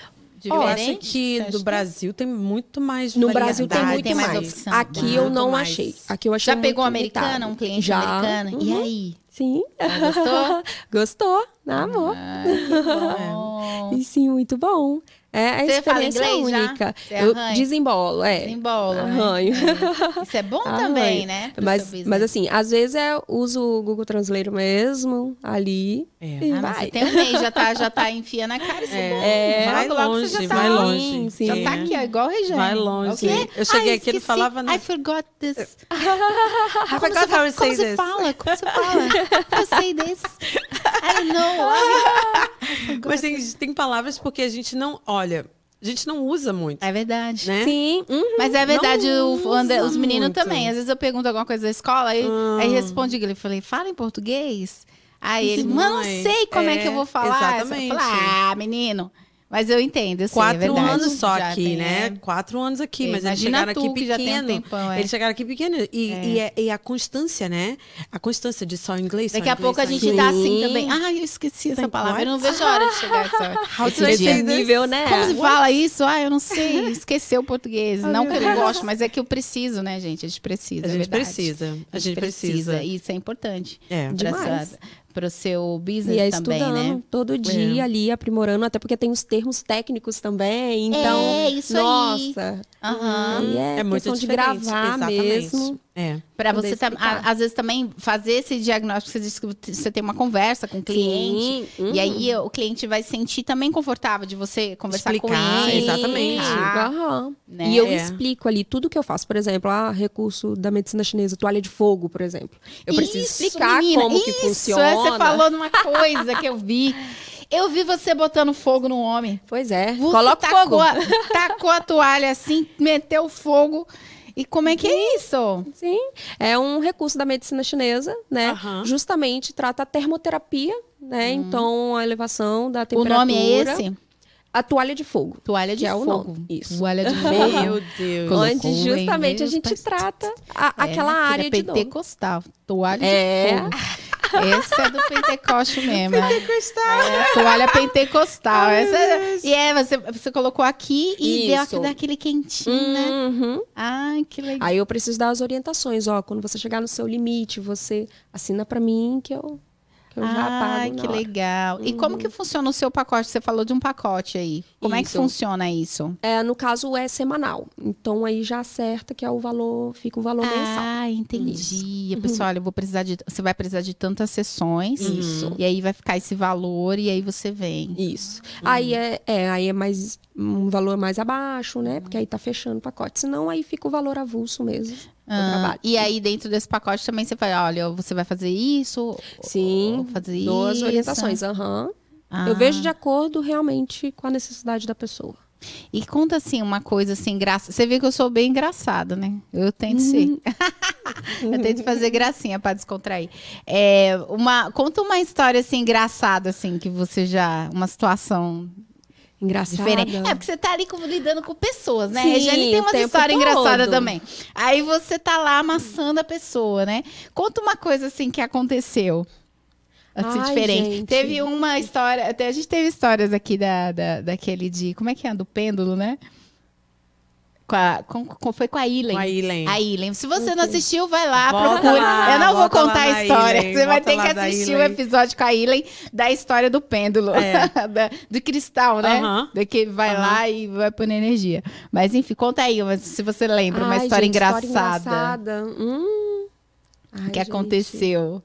Eu acho Diferente? que Você do acha? Brasil tem muito mais No Brasil tem variedade. muito tem mais mais. opção. Aqui eu Muito não mais. achei. Aqui eu achei Já pegou muito americana, limitado. um cliente Já. americano? E Uhum. aí? Sim. Gostou? Gostou? Na amor. Ai, que bom. E sim, muito bom. É a Você fala experiência inglês já? única. Você Eu arranha? desembolo, é. Desembola, né? Arranho. É. Isso é bom também, né? pro Mas, seu business. mas assim, às vezes eu uso o Google Translator mesmo, ali, É. e Ah, mas vai. você tem um mês, já tá, já tá enfiando a cara. Isso é, bom. É, vai logo, logo longe, você já tá vai lá. longe. Sim, Já sim. tá aqui, ó, igual o Regiane. Vai longe. O quê? Eu cheguei Ai, aqui e não esqueci. falava nada. I forgot this. I Como forgot você, how to fa- say como você this. fala? Como você fala? Eu sei this. I don't know. Mas tem, tem palavras porque a gente não... Olha, a gente não usa muito, É verdade. né? Sim, uhum. Mas é verdade, Não o- o André- os usa meninos muito. também. Às vezes eu pergunto alguma coisa da escola, aí, Ah. aí responde, ele falei, fala em português? Aí ele, Sim, mas não mãe. sei como é, que eu vou É, falar. exatamente. Eu falo, ah, menino. Mas eu entendo, eu sei, é Quatro verdade. anos só Já aqui, tem, né? é. Quatro anos aqui, É, mas eles imagina chegaram tu, aqui que já tem um pequeno. tempão, é. Eles chegaram aqui pequeno. E, É. e, é- e a constância, né? A constância de só inglês, só Daqui a inglês, pouco a só gente inglês. tá assim Sim. também. Ai, eu esqueci essa Think palavra. Eu não what? vejo a hora de chegar essa, How esse to say dia. this? nível, né? Como se What? fala isso? Ah, eu não sei. Esqueceu o português. não que eu meu não Deus. gosto, mas é que eu preciso, né, gente? A gente precisa. A é gente verdade. precisa. A gente precisa. Isso é importante. É. Demais. Para o seu business E é também, estudando né? todo dia É. ali, aprimorando, até porque tem os termos técnicos também. Então, É, isso aí. nossa. Aham. Aí é, É muito questão de diferente. gravar Exatamente. mesmo. É. Para Poder você, tam- explicar. a- às vezes, também fazer esse diagnóstico, você disse que você tem uma conversa com o cliente. Sim, uhum. E aí o cliente vai se sentir também confortável de você conversar Explicar, com ele. exatamente. explicar, Aham. né? E eu É. explico ali tudo que eu faço. Por exemplo, ah, recurso da medicina chinesa, toalha de fogo, por exemplo. Eu preciso Isso, explicar menina, como que isso, funciona. Você falou numa coisa que eu vi. Eu vi você botando fogo no homem. Pois é. Você Coloca tacou, fogo. a- tacou a toalha assim, meteu fogo. E como é que é isso? Sim, é um recurso da medicina chinesa, né? Aham. Justamente trata a termoterapia, né? Então, a elevação da O temperatura. nome é esse? A toalha de fogo. Toalha de Que é o fogo. nome. Isso. Toalha de fogo. Meu Deus. Colocou Onde em justamente a Deus, gente mas- trata a- É, aquela filha, área de dor. pentecostal. Toalha É. de fogo. Esse é do Pentecoste mesmo. Pentecostal. É, toalha pentecostal. Ai, essa é, e é, você, você colocou aqui e Isso. deu daquele quentinho, né? Uhum. Ai, que legal. Aí eu preciso dar as orientações, ó, quando você chegar no seu limite, você assina pra mim que eu, que eu já pago. Ai, na que hora. legal. E como que funciona o seu pacote? Você falou de um pacote aí. Como é que Isso. funciona isso? É, no caso é semanal. Então aí já acerta que é o valor, fica o valor mensal. Ah, entendi. A pessoa, olha, eu vou precisar de. Você vai precisar de tantas sessões. Isso. E aí vai ficar esse valor e aí você vem. Isso. Aí é, é, aí é mais um valor mais abaixo, né? Porque aí tá fechando o pacote. Senão aí fica o valor avulso mesmo. do Ah, trabalho. e aí, dentro desse pacote também você vai, olha, você vai fazer isso? Sim, ou fazer dou as isso. orientações. Aham. Ah. Eu vejo de acordo realmente com a necessidade da pessoa. E conta assim, uma coisa assim, engraçada. Você vê que eu sou bem engraçada, né? Eu tento ser. Eu tento fazer gracinha pra descontrair. É, uma, conta uma história assim, engraçada, assim, que você já. Uma situação Engraçada. diferente. É, porque você tá ali com- lidando com pessoas, né? Sim, Regiane tem o umas tempo histórias todo. engraçadas também. Aí você tá lá amassando a pessoa, né? Conta uma coisa assim que aconteceu. Assim, Ai, diferente. gente. Teve uma história, até a gente teve histórias aqui da, da, daquele de, como é que é? Do pêndulo, né? Com a, com, com- foi com a Ilen. Com a Ilen. A Ilen. Se você não assistiu, vai lá, Volta procura. lá, Eu não vou volta lá contar a da história. Ilen, Você vai volta ter lá que da assistir o Ilen. episódio com a Ilen da história do pêndulo. É. Da- do cristal, né? Aham. Da que vai Aham. lá e vai pôr energia. Mas enfim, conta aí, mas se você lembra, uma Ai, história gente, engraçada. engraçada. Hum. Ai, Que gente. aconteceu.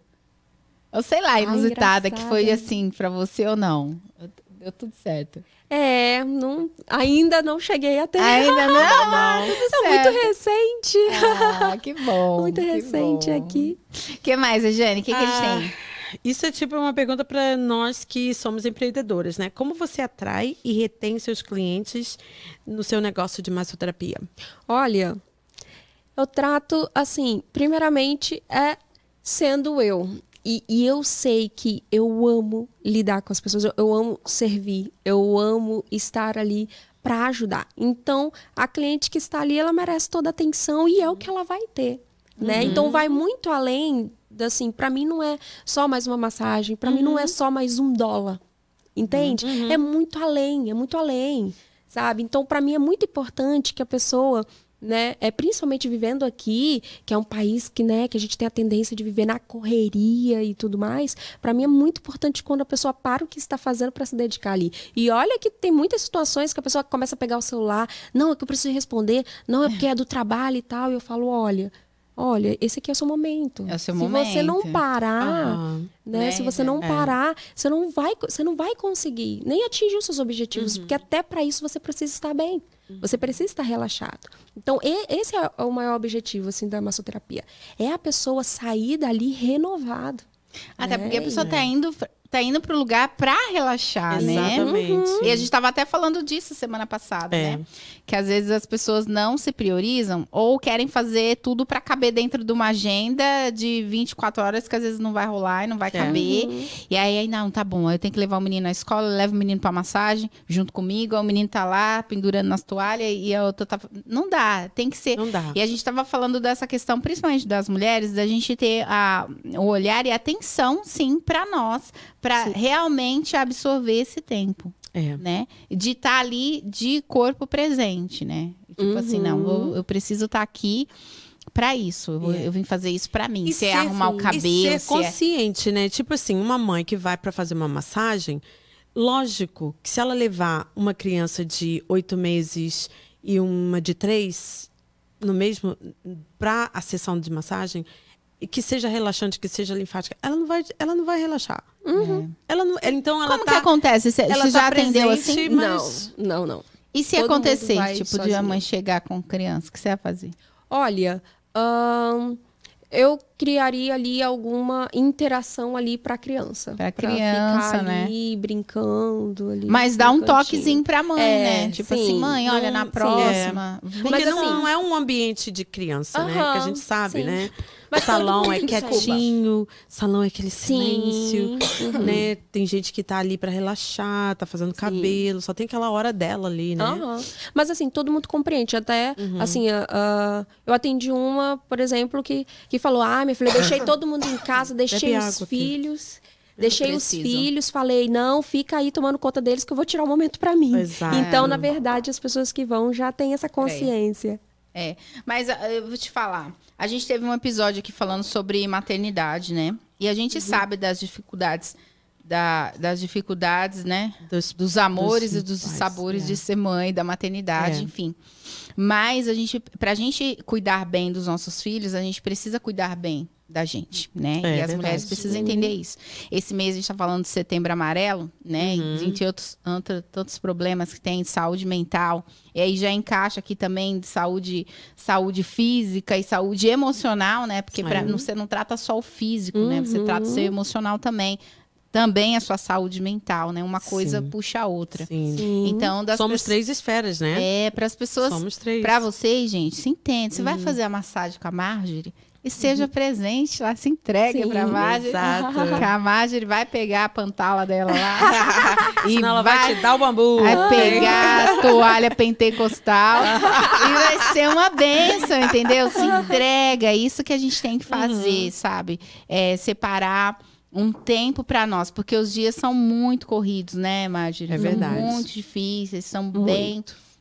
Ou sei lá, Ai, inusitada, que foi engraçada. assim, pra você ou não. Deu tudo certo. É, não, ainda não cheguei a ter. Ainda não? Não. É muito recente. Ah, que bom. muito que recente bom. aqui. O que mais, Jane? O que, que eles Ah, têm? Isso é tipo uma pergunta para nós que somos empreendedoras, né? Como você atrai e retém seus clientes no seu negócio de massoterapia? Olha, eu trato assim, primeiramente é sendo eu. E, e eu sei que eu amo lidar com as pessoas, eu, eu amo servir, eu amo estar ali para ajudar. Então, a cliente que está ali, ela merece toda a atenção e é o que ela vai ter, né? Então, vai muito além, da, assim, para mim não é só mais uma massagem, para mim não é só mais um dólar, entende? É muito além, é muito além, sabe? Então, para mim é muito importante que a pessoa, né, é principalmente vivendo aqui, que é um país que, né, que a gente tem a tendência de viver na correria e tudo mais. Para mim é muito importante quando a pessoa para o que está fazendo para se dedicar ali. E olha que tem muitas situações que a pessoa começa a pegar o celular, não, é que eu preciso responder, não, é porque é do trabalho e tal. E eu falo, olha, olha, esse aqui é o seu momento. É o seu se momento. você não parar, Ah, né? Se você não É. parar, você não vai, você não vai conseguir nem atingir os seus objetivos, porque até para isso você precisa estar bem. Você precisa estar relaxado. Então, e- esse é o maior objetivo assim da massoterapia. É a pessoa sair dali renovado. Até né? porque a pessoa tá indo, tá indo pro lugar pra relaxar, né? Exatamente. E a gente tava até falando disso semana passada, É. né? Que às vezes as pessoas não se priorizam ou querem fazer tudo pra caber dentro de uma agenda de vinte e quatro horas que às vezes não vai rolar e não vai É. caber. E aí, aí, não, tá bom, eu tenho que levar o menino na escola, eu levo o menino pra massagem junto comigo, aí o menino tá lá pendurando nas toalhas e a outra tá... Não dá, tem que ser... Não dá. E a gente estava falando dessa questão, principalmente das mulheres, da gente ter a, o olhar e a atenção, sim, para nós, para realmente absorver esse tempo, É. né? De estar ali de corpo presente, né? Tipo assim, não, eu, eu preciso estar aqui para isso. Eu, É. eu vim fazer isso para mim. E se é ser- arrumar o e cabelo, ser se é... consciente, né? Tipo assim, uma mãe que vai para fazer uma massagem, lógico que se ela levar uma criança de oito meses e uma de três no mesmo para a sessão de massagem, e que seja relaxante, que seja linfática, ela não vai, ela não vai relaxar. Ela não, então ela Como tá, que acontece? Você, ela você já tá atendeu presente, assim? mas- Não, não, não. E se todo acontecer, mundo vai tipo, de a sozinho. mãe chegar com criança, o que você vai fazer? Olha, ahn, eu criaria ali alguma interação ali para criança. Pra Pra criança, ficar né? ali brincando ali. Mas dá no um cantinho. toquezinho pra mãe, É, né? Tipo sim. assim, mãe, olha, Não- na sim. próxima. vem Porque Mas não, assim- não é um ambiente de criança, né? Aham, Que a gente sabe, sim. né? salão é Desculpa. quietinho, salão é aquele silêncio, Sim. né? Tem gente que tá ali pra relaxar, tá fazendo cabelo, só tem aquela hora dela ali, né? Aham. Mas assim, todo mundo compreende. Até, assim, a- a- eu atendi uma, por exemplo, que, que falou: ah, minha filha, eu deixei todo mundo em casa, deixei Bebe os água aqui. filhos. Deixei os preciso. filhos, falei, não, fica aí tomando conta deles que eu vou tirar um momento pra mim. Exato. Então, na verdade, as pessoas que vão já têm essa consciência. É, mas ah, eu vou te falar. A gente teve um episódio aqui falando sobre maternidade, né? E a gente sabe das dificuldades, da, das dificuldades, né? Dos, Dos amores dos e dos pais, sabores é. de ser mãe, da maternidade, É. enfim. Mas a gente, pra gente cuidar bem dos nossos filhos, a gente precisa cuidar bem da gente, né? É, e as verdade. mulheres precisam entender isso. Esse mês a gente tá falando de Setembro Amarelo, né? Uhum. E entre outros, ante- tantos problemas que tem de saúde mental. E aí já encaixa aqui também de saúde, saúde física e saúde emocional, né? Porque pra, É. não, você não trata só o físico, né? Você Uhum. trata o seu emocional também. Também a sua saúde mental, né? Uma coisa Sim. puxa a outra. Sim. Sim. Então, das Somos pessoas- três esferas, né? É, para as pessoas, Somos três. para vocês, gente, se entende. Você Uhum. vai fazer a massagem com a Marjorie, esteja presente lá, se entregue Sim, para a Marjorie. exato. Que a Marjorie vai pegar a pantala dela lá e Senão ela vai, te dar o bambu. vai pegar a toalha pentecostal e vai ser uma bênção, entendeu? Se entrega, é isso que a gente tem que fazer, sabe? É separar um tempo para nós, porque os dias são muito corridos, né, Marjorie? É São verdade. muito difíceis, são bem...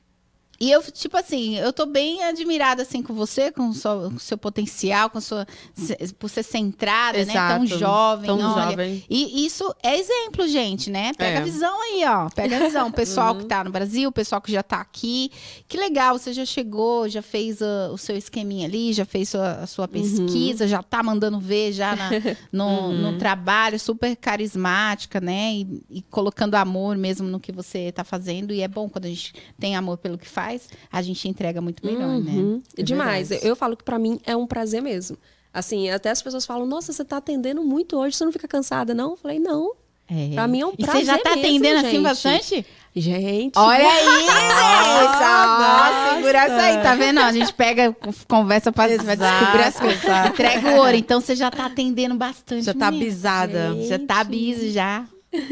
E eu, tipo assim, eu tô bem admirada, assim, com você, com o seu, com o seu potencial, com a sua... se- por ser centrada, né? Tão Exato. jovem, Tão olha. jovem. E isso é exemplo, gente, né? Pega É. a visão aí, ó. Pega a visão. O pessoal que tá no Brasil, o pessoal que já tá aqui. Que legal, você já chegou, já fez uh, o seu esqueminha ali, já fez sua, a sua pesquisa, já tá mandando ver já na- no, no trabalho, super carismática, né? E, e colocando amor mesmo no que você tá fazendo. E é bom quando a gente tem amor pelo que faz, a gente entrega muito melhor, né? Uhum. É Demais. verdade. Eu falo que pra mim é um prazer mesmo. Assim, até as pessoas falam, nossa, você tá atendendo muito hoje, você não fica cansada, não? Eu falei, não. É. Pra mim é um E prazer você já tá mesmo, atendendo assim gente. bastante? Gente. Olha aí, gente! Nossa, segura essa aí, tá vendo? A gente pega, conversa pra, pra descobrir as coisas. Entrega o ouro. Então você já tá atendendo bastante. Já tá menina. bisada. Já tá busy já.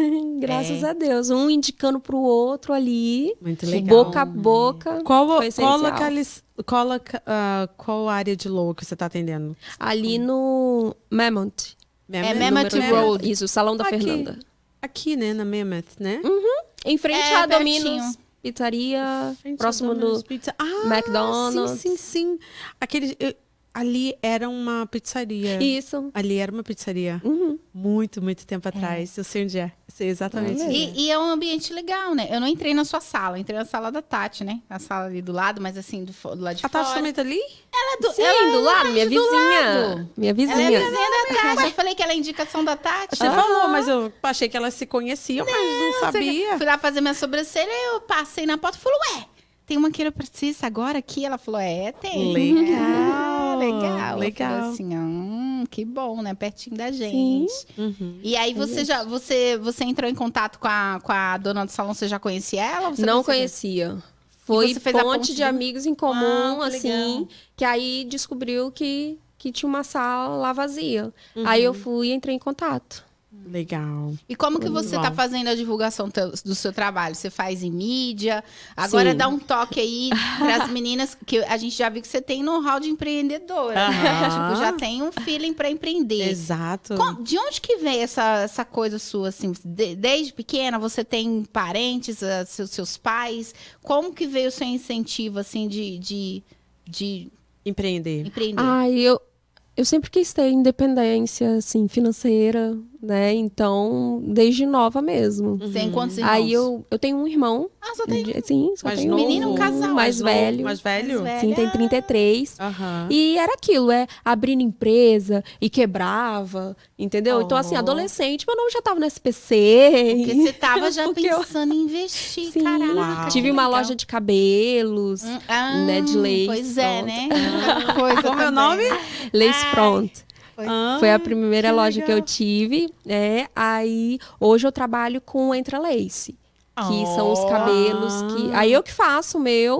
Graças É. a Deus. Um indicando pro outro ali. Muito legal. Boca a boca. Qual, Foi qual, essencial. localis, qual, loca- ah, qual área de Lowell que você tá atendendo? Ali no Mammoth. É Mammoth? Mammoth Número- Road. Isso, o Salão da Aqui. Fernanda. Aqui, né? Na Mammoth, né? Em frente É, à pertinho. Domino's Pizzaria, Frente próximo ao Domino's do... Pizza. Ah, McDonald's. Sim, sim, sim. Aquele, eu- ali era uma pizzaria. Isso. Ali era uma pizzaria. Uhum. Muito, muito tempo atrás. Eu sei onde é. Sei exatamente. Olha. onde é. E, e é um ambiente legal, né? Eu não entrei na sua sala, eu entrei na sala da Tati, né? A sala ali do lado, mas assim, do, fo- do lado de A fora. Tati também tá ali? Ela é do, Sim, ela é do lado, minha do vizinha. lado. Minha Ela é vizinha. vizinha da Tati. Eu falei que ela é indicação da Tati. Você falou, mas eu achei que elas se conheciam, mas não sabia. Fui lá fazer minha sobrancelha, eu passei na porta e falei, ué, tem uma quiropraxista agora aqui? Ela falou, é, tem. Legal, Ah, legal. legal. Eu falei assim, hum, que bom, né? Pertinho da gente. Uhum. E aí você já, você, você entrou em contato com a, com a dona do salão, você já conhecia ela? Ou você Não conhecia? conhecia. Foi você fez a ponte ponte de do- amigos em comum, Ah, que assim, legal. que aí descobriu que, que tinha uma sala lá vazia. Aí eu fui e entrei em contato. Legal. E como que você Uau. tá fazendo a divulgação teu- do seu trabalho? Você faz em mídia? Agora Sim. dá um toque aí para as meninas, que a gente já viu que você tem know-how de empreendedora. Né? Aham. Tipo, já tem um feeling para empreender. Exato. Com- De onde que veio essa, essa coisa sua, assim? De- desde pequena, você tem parentes, ah, seus, seus pais? Como que veio o seu incentivo, assim, de, de, de Empreender. empreender? Ai, eu, eu sempre quis ter independência, assim, financeira, né? Então, desde nova mesmo. Você tem quantos irmãos? Aí eu, eu tenho um irmão. Ah, só tem de- Sim, só Mais tenho novo? um. Menino, um casal. Mais novo, velho. Mais velho? Mais Sim, tem velho. trinta e três. Aham. E era aquilo, é abrindo empresa e quebrava, entendeu? Então, assim, Oh. adolescente, meu nome já tava no S P C. Porque você tava já Porque eu- pensando em investir, Sim, caraca. Uau. tive que uma legal. loja de cabelos, Hum, ah, né, de lace, Pois é, pronto. né? Coisa Como é o também. nome? Lace Ai. Front. Ah, Foi a primeira que loja que eu legal. tive, né? Aí, hoje eu trabalho com Entra Lace, que são os Oh. cabelos que... Aí eu que faço o meu,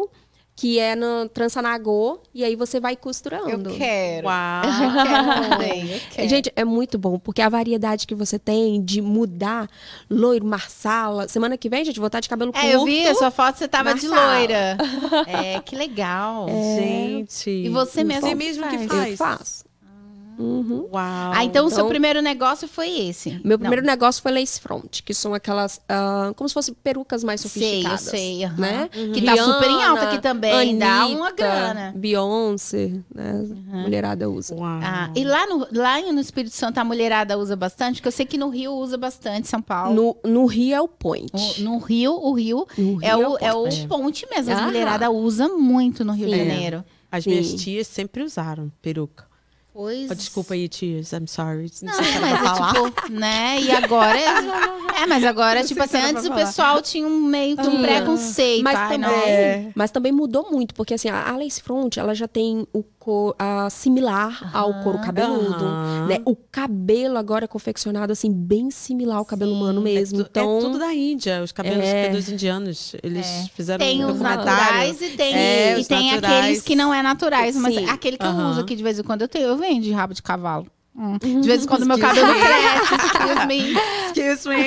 que é no trança nagô, e aí você vai costurando. Eu quero. Uau! Eu quero também, eu quero. Gente, é muito bom, porque a variedade que você tem de mudar loiro, marsala. Semana que vem, gente, vou estar de cabelo curto. É, eu vi a sua foto, você tava de Marsala. loira. É, que legal. Gente. E você mesmo, Você mesmo que faz? Eu faço. Uhum. Uau. Ah, então o seu Então- primeiro negócio foi esse? Meu Não. primeiro negócio foi lace front, que são aquelas, ah, como se fossem perucas mais Sei, eu sofisticadas. sei. aham. Né? Que tá super em alta aqui também, dá Anitta, uma grana. Beyoncé, né? Mulherada usa. Uau. Ah, e lá no, lá no Espírito Santo a mulherada usa bastante? Porque eu sei que no Rio usa bastante, São Paulo. No, no Rio é o point. O- no Rio, o Rio, No é, Rio o, é o É. ponte mesmo. As Aham. mulheradas usam muito no Rio de Sim. Janeiro. As Sim. minhas tias sempre usaram peruca. Pois. Oh, desculpa aí, tias. I'm sorry. Não, sei se era mas pra é falar. tipo, né? E agora. É, é mas agora, Não tipo sei se assim, era antes pra o falar. pessoal tinha um meio que um Tinha. preconceito. Mas ai, também, não. É. mas também mudou muito, porque assim, a a lace front, ela já tem o cor, a, similar ao couro cabeludo, Aham. né? O cabelo agora é confeccionado assim, bem similar ao cabelo humano mesmo. É, tu- então, é tudo da Índia. Os cabelos É. dos indianos. Eles É. fizeram Tem um os documentário. naturais e tem, É, e os tem naturais. aqueles que não é naturais, mas Sim. aquele que eu Aham. uso aqui de vez em quando eu tenho, eu vendo de rabo de cavalo. Hum. De vez em quando meu cabelo cresce, excuse me. Excuse me.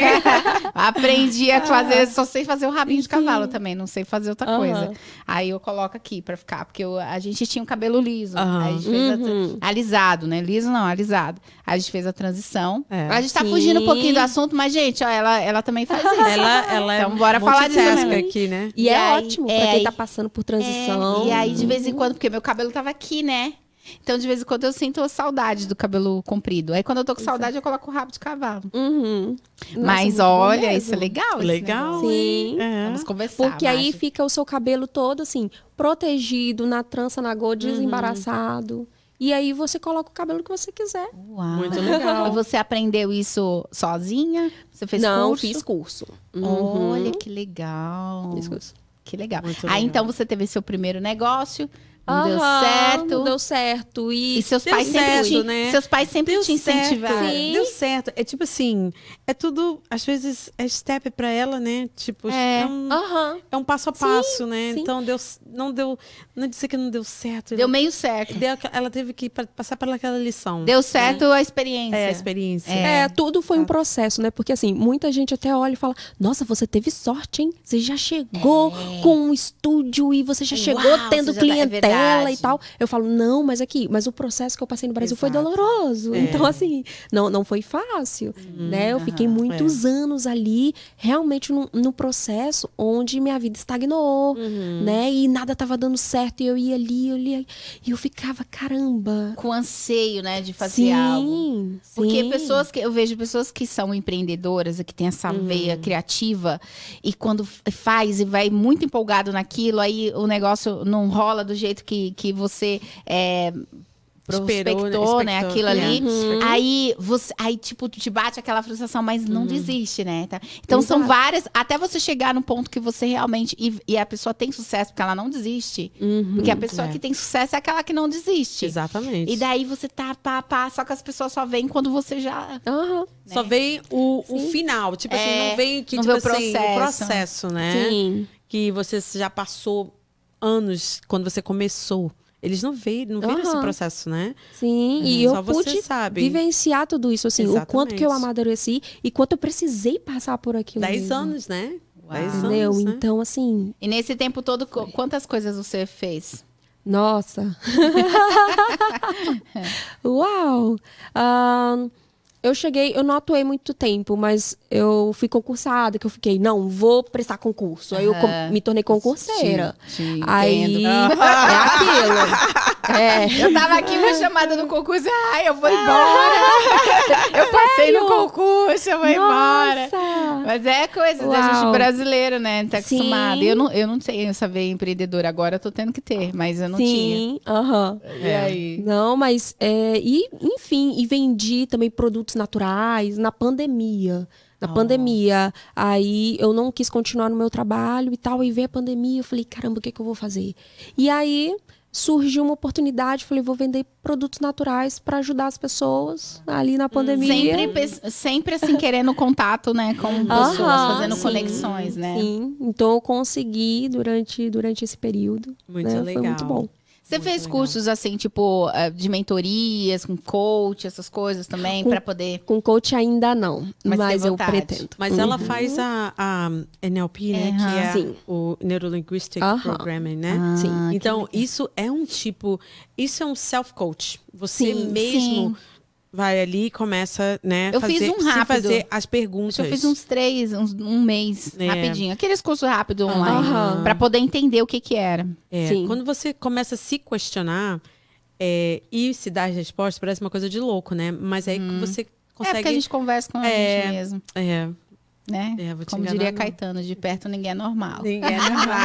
Aprendi a fazer, só sei fazer o rabinho de cavalo também, não sei fazer outra Aham. coisa. Aí eu coloco aqui pra ficar, porque eu- a gente tinha um cabelo liso, Aham. aí a gente fez a tra- Uhum. alisado, né? Liso não, alisado. Aí a gente fez a transição. É. A gente tá Sim. fugindo um pouquinho do assunto, mas gente, ó, ela, ela também faz isso. Ela, ela Então, é bora falar disso multitask mesmo. aqui, né? e, E é aí- ótimo é, pra quem aí- tá passando por transição. É, e aí, de vez em quando, porque meu cabelo tava aqui, né? Então, de vez em quando, eu sinto saudade do cabelo comprido. Aí, quando eu tô com saudade, eu coloco o rabo de cavalo. Uhum. Nossa, Mas muito bom olha, mesmo. isso é legal. esse Legal. negócio. Sim. É. Vamos conversar. Porque aí Márcia. fica o seu cabelo todo assim, protegido, na trança, na go, desembaraçado. E aí você coloca o cabelo que você quiser. Uau. Muito legal. E você aprendeu isso sozinha? Você fez Não, curso? fiz curso. Uhum. Olha, que legal. Fiz curso. Que legal. Muito Aí, legal. então, você teve seu primeiro negócio. Não deu Aham, certo. Não deu certo. E, E seus Deu pais sempre certo, te, né? seus pais sempre Deu te certo. incentivaram. Sim. Deu certo. É tipo assim, é tudo, às vezes, é step pra ela, né? Tipo, É. é, um, Aham. é um passo a passo, né? sim. Então, deu, não deu, não é dizer que não deu certo. Deu meio certo. Deu- ela teve que pa- passar pelaquela lição. Deu certo a experiência. É, a experiência. É. tudo foi um processo, né? Porque assim, muita gente até olha e fala: Nossa, você teve sorte, hein? Você já chegou com um estúdio e você já chegou Uau, tendo você já tá- é clientela verdade. e tal. Eu falo, não, mas aqui, mas o processo que eu passei no Brasil foi Exato. doloroso. É. Então, assim, não, não foi fácil, né? Eu fiquei aham, muitos anos ali, realmente no, no processo onde minha vida estagnou, né? E nada tava dando certo. E eu ia ali, eu ia, e eu ficava, caramba. Com anseio, né, de fazer sim, algo. Porque sim. pessoas que eu vejo pessoas que são empreendedoras e que tem essa Uhum. veia criativa e quando f- faz e vai muito empolgado naquilo, aí o negócio não rola do jeito que, que você é, Esperou, prospectou, né? né, Expectou. aquilo ali. Uhum. Aí você, aí tipo te bate aquela frustração, mas não desiste, né? Tá? Então são Exato. várias, até você chegar no ponto que você realmente e, e a pessoa tem sucesso porque ela não desiste. Uhum. Porque a pessoa é. que tem sucesso é aquela que não desiste. Exatamente. E daí você tá, pá, pá, só que as pessoas só veem quando você já... Aham. Só vem o, o final. Tipo É, assim, não vem que, não tipo vê o assim, processo. o processo, né? Sim. Que você já passou anos quando você começou. Eles não veem, não veem esse Aham. processo, né? Sim, Uhum. e eu Só você pude sabe. vivenciar tudo isso, assim, o quanto que eu Exatamente. amadureci e quanto eu precisei passar por aquilo. Dez mesmo, anos, né? Dez Entendeu? anos, né? Então, assim, E nesse tempo todo, qu- quantas coisas você fez? nossa. Uau! Ahn, eu cheguei, eu não atuei muito tempo, mas eu fui concursada, que eu fiquei, não, vou prestar concurso. Aí eu com- Aham. me tornei concurseira. Te- te Aí entendo. é aquilo. É. Eu tava aqui uma chamada do concurso, ai, eu vou embora. Eu passei no concurso, eu vou embora. Nossa! Mas é coisa da Uau. gente brasileiro, né? Tá Sim. acostumado. Eu não, eu não tenho essa veia empreendedora agora, eu tô tendo que ter, mas eu não Sim, aham. tinha. E aí? Não, mas, é, e, enfim, e vendi também produtos naturais na pandemia. Na pandemia, aí eu não quis continuar no meu trabalho e tal, e veio a pandemia, eu falei, caramba, o que, que eu vou fazer? E aí surgiu uma oportunidade, falei, vou vender produtos naturais para ajudar as pessoas ali na pandemia. Sempre, pe- sempre assim, querendo contato, né, com pessoas, Aham, fazendo sim, conexões, né? Sim, então eu consegui durante, durante esse período. Muito né? legal. Foi muito bom. Você Muito fez legal. cursos assim, tipo, eh, de mentorias, com coach, essas coisas também, Com- para poder... Com coach ainda não, Mas mas, tem eu vontade. pretendo. Mas ela faz a, a N L P, né? Aham. Que é Sim. o Neuro-Linguistic Aham. Programming, né? Ah, Sim. que Então, legal. isso é um tipo... Isso é um self-coach. Você Sim, mesmo sim. vai ali e começa, né? Eu fiz fazer, um se rápido. fazer as perguntas. Eu fiz uns três, uns, um mês, É. rapidinho. Aqueles cursos rápidos online, Aham. para poder entender o que que era. É, Sim. quando você começa a se questionar é, e se dar as respostas, parece uma coisa de louco, né? Mas aí que você É consegue... porque a gente conversa com a É. gente mesmo, É, né? É, vou te Como enganar, diria não. Caetano, de perto ninguém é normal. ninguém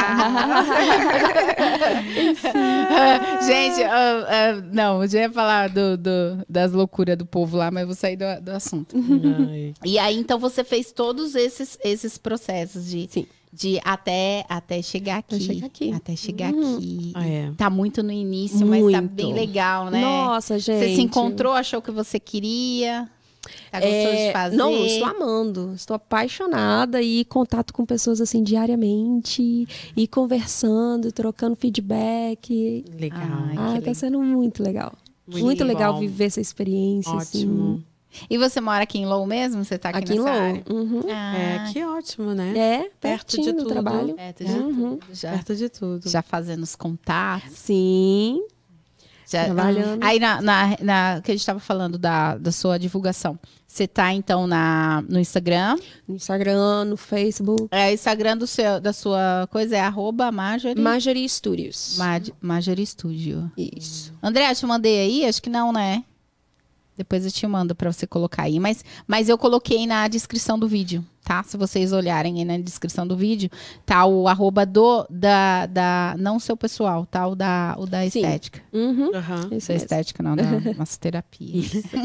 Gente, ah, ah, não, eu já ia falar do, do- das loucuras do povo lá, mas eu vou sair do, do assunto. Ai. E aí, então, você fez todos esses, esses processos de, Sim. de até, até chegar aqui. chegar aqui. Até chegar Uhum. aqui. Ah, é. Tá muito no início, mas tá Muito. bem legal, né? Nossa, gente. Você se encontrou, achou que você queria? Tá gostoso É, de fazer? Não, estou amando, estou apaixonada e contato com pessoas assim diariamente e conversando, trocando feedback. Legal. Ai, Ah, que tá sendo muito legal. Muito Muito, legal bom. viver essa experiência. Ótimo. E você mora aqui em Low mesmo? Você tá aqui, Aqui em nessa Lowell. área? Uhum. Ah, É, que ótimo, né? É, Perto pertinho de do tudo. trabalho. perto de Uhum. tudo, já, Perto de tudo. já fazendo os contatos. Sim, Já, Trabalhando. Aí, na, na, na- que a gente estava falando da, da sua divulgação. Você tá, então, na, no Instagram. no Instagram, no Facebook. É, o Instagram do seu, da sua coisa é arroba Marjorie, Marjorie Studios. Maj- Marjorie Studio. Isso. André, eu te mandei aí? Acho que não, né? Depois eu te mando pra você colocar aí. Mas, mas eu coloquei na descrição do vídeo, tá? Se vocês olharem aí na descrição do vídeo, tá o arroba do, da, da... Não o seu pessoal, tá? O da, o da Sim. estética. Uhum. Aham. Isso Da mesmo. estética, não, da massoterapia.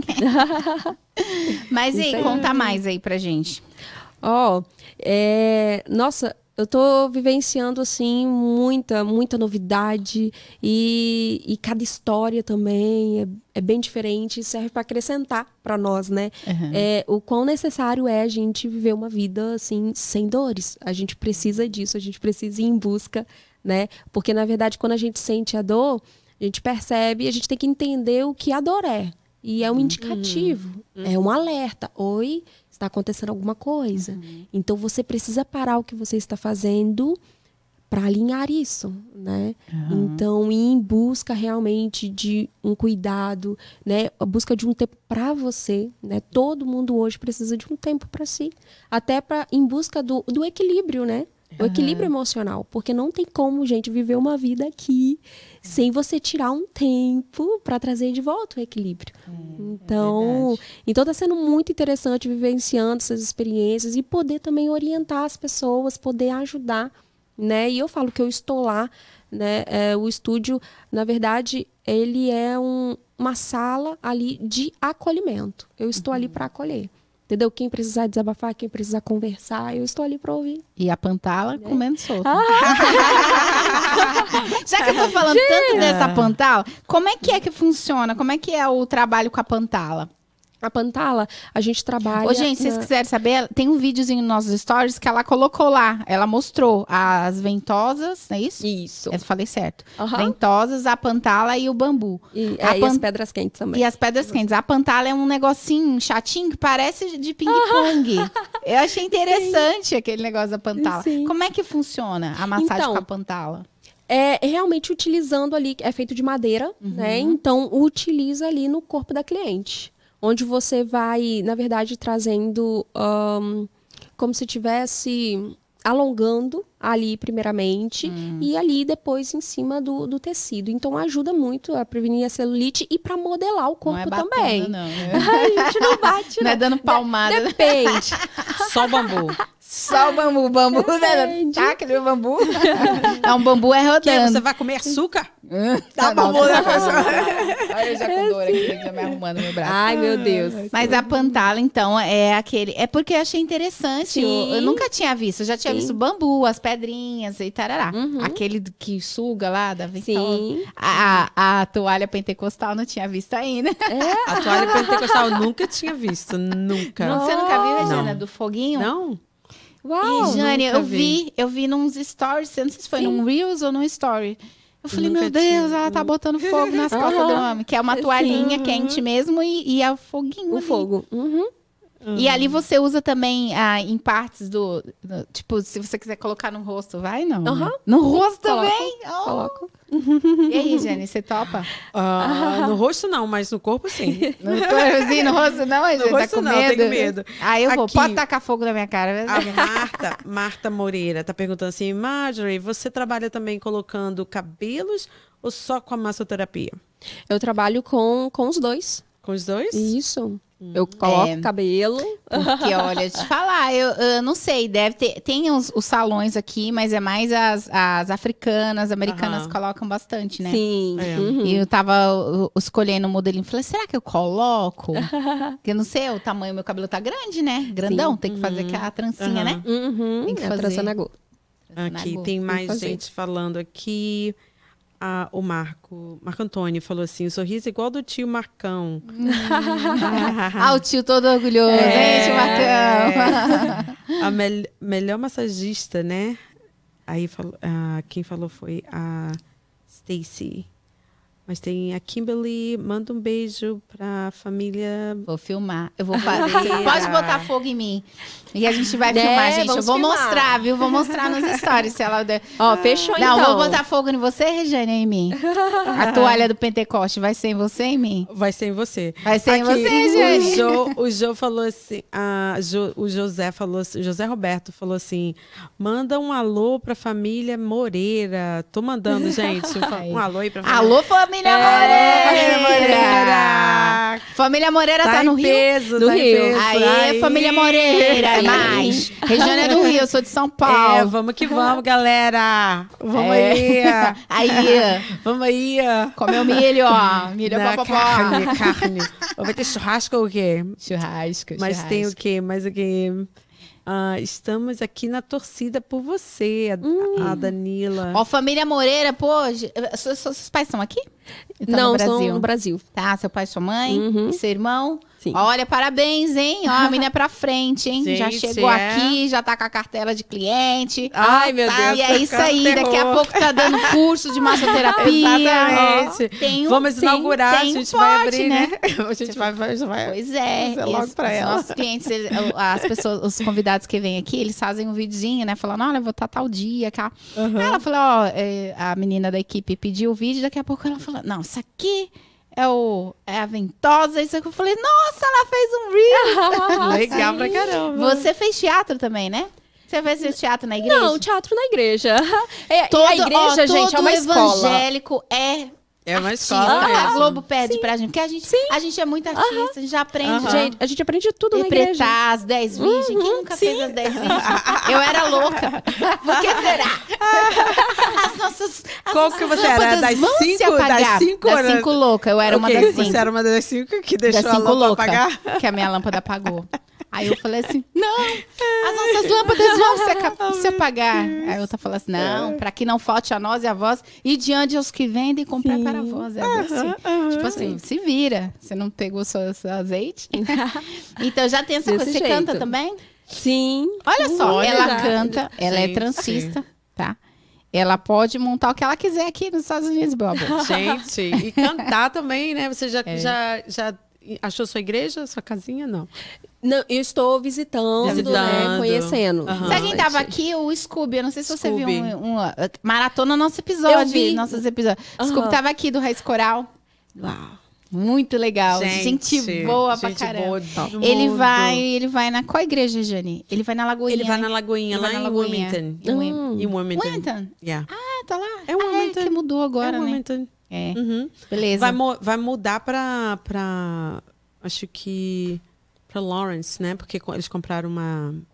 Mas e Isso aí, aí. conta mais aí pra gente. Ó, é, nossa, eu tô vivenciando, assim, muita, muita novidade e, e cada história também é, é bem diferente e serve para acrescentar para nós, né? Uhum. É, o quão necessário é a gente viver uma vida, assim, sem dores. A gente precisa disso, a gente precisa ir em busca, né? Porque, na verdade, quando a gente sente a dor, a gente percebe, a gente tem que entender o que a dor é. E é um indicativo, é um alerta. Oi, está acontecendo alguma coisa. Então você precisa parar o que você está fazendo para alinhar isso, né? Então ir em busca realmente de um cuidado, né? A busca de um tempo para você, né? Todo mundo hoje precisa de um tempo para si, até para em busca do, do equilíbrio, né? O equilíbrio emocional, porque não tem como, gente, viver uma vida aqui sem você tirar um tempo para trazer de volta o equilíbrio. Então, então tá sendo muito interessante vivenciando essas experiências e poder também orientar as pessoas, poder ajudar, né? E eu falo que eu estou lá, né? É, o estúdio, na verdade, ele é um, uma sala ali de acolhimento. Eu estou ali para acolher. Entendeu? Quem precisar desabafar, quem precisar conversar, eu estou ali para ouvir. E a Pantala comendo solto. Ah. Já que eu tô falando tanto dessa Pantala, como é que é que funciona? Como é que é o trabalho com a Pantala? A Pantala, a gente trabalha... Ô, gente, se vocês na- quiserem saber, tem um videozinho nos nossos stories que ela colocou lá. Ela mostrou as ventosas, não é isso? Isso. Eu falei certo. Aham. Ventosas, a Pantala e o bambu. E, A é, e pan- as pedras quentes também. E as pedras quentes. A Pantala é um negocinho chatinho que parece de ping-pong. Eu achei interessante aquele negócio da Pantala. Sim. Como é que funciona a massagem Então, com a Pantala? É realmente utilizando ali, é feito de madeira, né? Então, utiliza ali no corpo da cliente. Onde você vai, na verdade, trazendo ahn, como se estivesse alongando ali primeiramente e ali depois em cima do, do tecido. Então, ajuda muito a prevenir a celulite e para modelar o corpo não é batendo, também. não. Né? A gente não bate, Não é não. dando palmada. né? Depende. Só o bambu. Só o bambu. O bambu, né? Entendi. Tá, aquele bambu. Não, o bambu é Que rodando. você vai comer açúcar? Tá bom, bom, né, Olha eu já com dor aqui, já me arrumando meu braço. Ai, meu Deus. Mas a pantala, então, é aquele... É porque eu achei interessante. Eu, Sim. eu nunca tinha visto. Eu já tinha Sim. visto bambu, as pedrinhas e tarará. Uhum. Aquele que suga lá da ventosa. Sim. A, a, a toalha pentecostal não tinha visto ainda. A toalha pentecostal eu nunca tinha visto. Nunca. Não, você nunca viu, Regina, Não. do foguinho? Não? Uau. E, Jane, nunca eu vi. vi. eu vi nos stories, eu não sei se foi Sim. num Reels ou num story. Eu falei, Nunca meu Deus, tinha- ela tá botando fogo nas costas do Aham. homem. Que é uma Sim. toalhinha quente mesmo e, e é o foguinho O ali. fogo. Uhum. E ali você usa também ah, em partes do, do- Tipo, se você quiser colocar no rosto, vai não? né? Aham. No rosto Coloco, também? Oh. Coloco. E aí, Jane, você topa? Ah, no rosto não, mas no corpo sim. No tornozinho, no rosto não, Jane? Tá rosto com não, medo? tenho medo. Aí eu vou, Aqui. pode tacar fogo na minha cara. A Marta, Marta Moreira tá perguntando assim, Marjorie, você trabalha também colocando cabelos ou só com a massoterapia? Eu trabalho com, com os dois. Com os dois? Isso. Eu coloco É. cabelo. Porque, olha, te falar, eu, eu não sei, deve ter. Tem os, os salões aqui, mas é mais as, as africanas, americanas Aham. colocam bastante, né? Sim. É. Uhum. E eu tava uh, escolhendo o modelinho. Falei, será que eu coloco? Porque eu não sei, o tamanho, meu cabelo tá grande, né? Grandão, tem que fazer aquela trancinha, Aham. né? Uhum. Tem que É fazer. trançanagô. Aqui Na tem Go. mais fazer. gente falando aqui. Ah, o Marco, Marco Antônio falou assim, o sorriso é igual do tio Marcão. Ah, o tio todo orgulhoso, É. hein, tio Marcão? A mel- melhor massagista, né? Aí falou, ah, quem falou foi a Stacy. Mas tem a Kimberly, manda um beijo pra família. Vou filmar. Eu vou fazer. Você pode botar fogo em mim. E a gente vai É, filmar, gente. Eu vamos vou filmar. mostrar, viu? Vou mostrar nos stories se ela der. Ó, fechou Não, então. vou botar fogo em você, Regiane, em mim. A toalha do Pentecoste vai ser em você e em mim? Vai ser em você. Vai ser em Aqui, você, Regiane. O Jo, o Jo falou assim, a Jo- o José falou assim, José Roberto falou assim, manda um alô pra família Moreira. Tô mandando, gente, um, um alô aí pra família. Alô, família É, Moreira! Moreira! Família Moreira tá, Tá, no em Rio? peso, No tá em Rio. peso. Aê, Aí. família Moreira! É Sim. mais. Regiane é do Rio, eu sou de São É, Paulo. vamos que vamos, galera. Vamos É. aí. Aí, Vamos aí. comeu milho, ó. Milho Na popopó. carne, carne. Vai ter churrasco ou o quê? Churrasco, Mas churrasco. tem o quê? Mais o quê? Ah, estamos aqui na torcida por você, a, a Danila. Ó, família Moreira, pô, ge- seus, seus pais estão aqui? Estão Não, no são Brasil. no Brasil. Tá, seu pai e sua mãe Uhum. e seu irmão. Sim. Olha, parabéns, hein? Ó, a menina é pra frente, hein? já Gente, chegou é. aqui, já tá com a cartela de cliente. Ai, meu Tá, Deus. e tá é isso ficando aí, daqui a terror. pouco tá dando curso de massoterapia. Exatamente. Ó, tem um- Vamos tem- inaugurar, tem a um gente vai pote, abrir, né? A gente vai, vai, vai. Pois é, Dizer e logo os, pra os ela. nossos clientes, eles- as pessoas, os convidados que vêm aqui, eles fazem um videozinho, né? Falando, olha, eu vou estar tal dia, cá. Aí ela falou, ó, é, a menina da equipe pediu o vídeo, daqui a pouco ela falou, não, isso aqui é, o, é a ventosa, isso aqui. Eu falei, nossa, ela fez um reel. Legal pra caramba. Você fez teatro também, né? Você fez teatro na igreja? Não, teatro na igreja. É, Todo, e a igreja, ó, gente, todo é uma escola. evangélico é É uma artista. escola A mesmo. Globo pede pra gente, porque a gente, a gente é muito artista, a gente já aprende. Aham. Gente, a gente aprende tudo na igreja. Interpretar as dez virgens. Quem nunca fez as dez virgens? Eu era louca. Por que será? As nossas. As Qual nossas que você era? lâmpadas Das vão se cinco? apagar. Das cinco, Das era- cinco louca. Eu era uma Ok, das cinco. Você era uma das cinco que deixou das a cinco lâmpada louca. apagar? Que a minha lâmpada apagou. Aí eu falei assim: não, as nossas lâmpadas vão se, aca- se apagar. Aí outra falou assim: não, para que não falte a nós e a voz, e diante aos que vendem, comprar para vós. É assim. Tipo assim, se vira. Você não pegou seu, seu azeite. Então já tem essa Desse coisa. Você jeito. canta também? Sim. Olha só, Olha, ela já. canta, ela é Gente. transista, tá? Ela pode montar o que ela quiser aqui nos Estados Unidos, meu amor. Gente, e cantar também, né? Você já, É. já, já achou sua igreja, sua casinha? Não. Não, eu estou visitando, Visitando. né? Conhecendo. Aham. Sabe quem bastante. tava aqui? O Scooby. Eu não sei se você Scooby. viu um, um, uh, maratona nosso episódio, Eu vi. nossos episódios. Aham. Scooby tava aqui do Raiz Coral. Uau. Muito legal. Gente, boa pra gente caramba. boa do Ele mundo. vai, ele vai na qual igreja, Jane? Ele vai na Lagoinha. Ele vai na né? Lagoinha, Ele lá vai na em Lagoinha. Wilmington. Em Wim- Hum. Em Wilmington. Wilmington? Yeah. Ah, tá lá. É Ah, Wilmington. que mudou agora, é né? Wilmington. É. Uhum. Beleza. Vai, mu- vai mudar pra, pra. Acho que. Pra Lawrence, né? Porque co- eles compraram uma,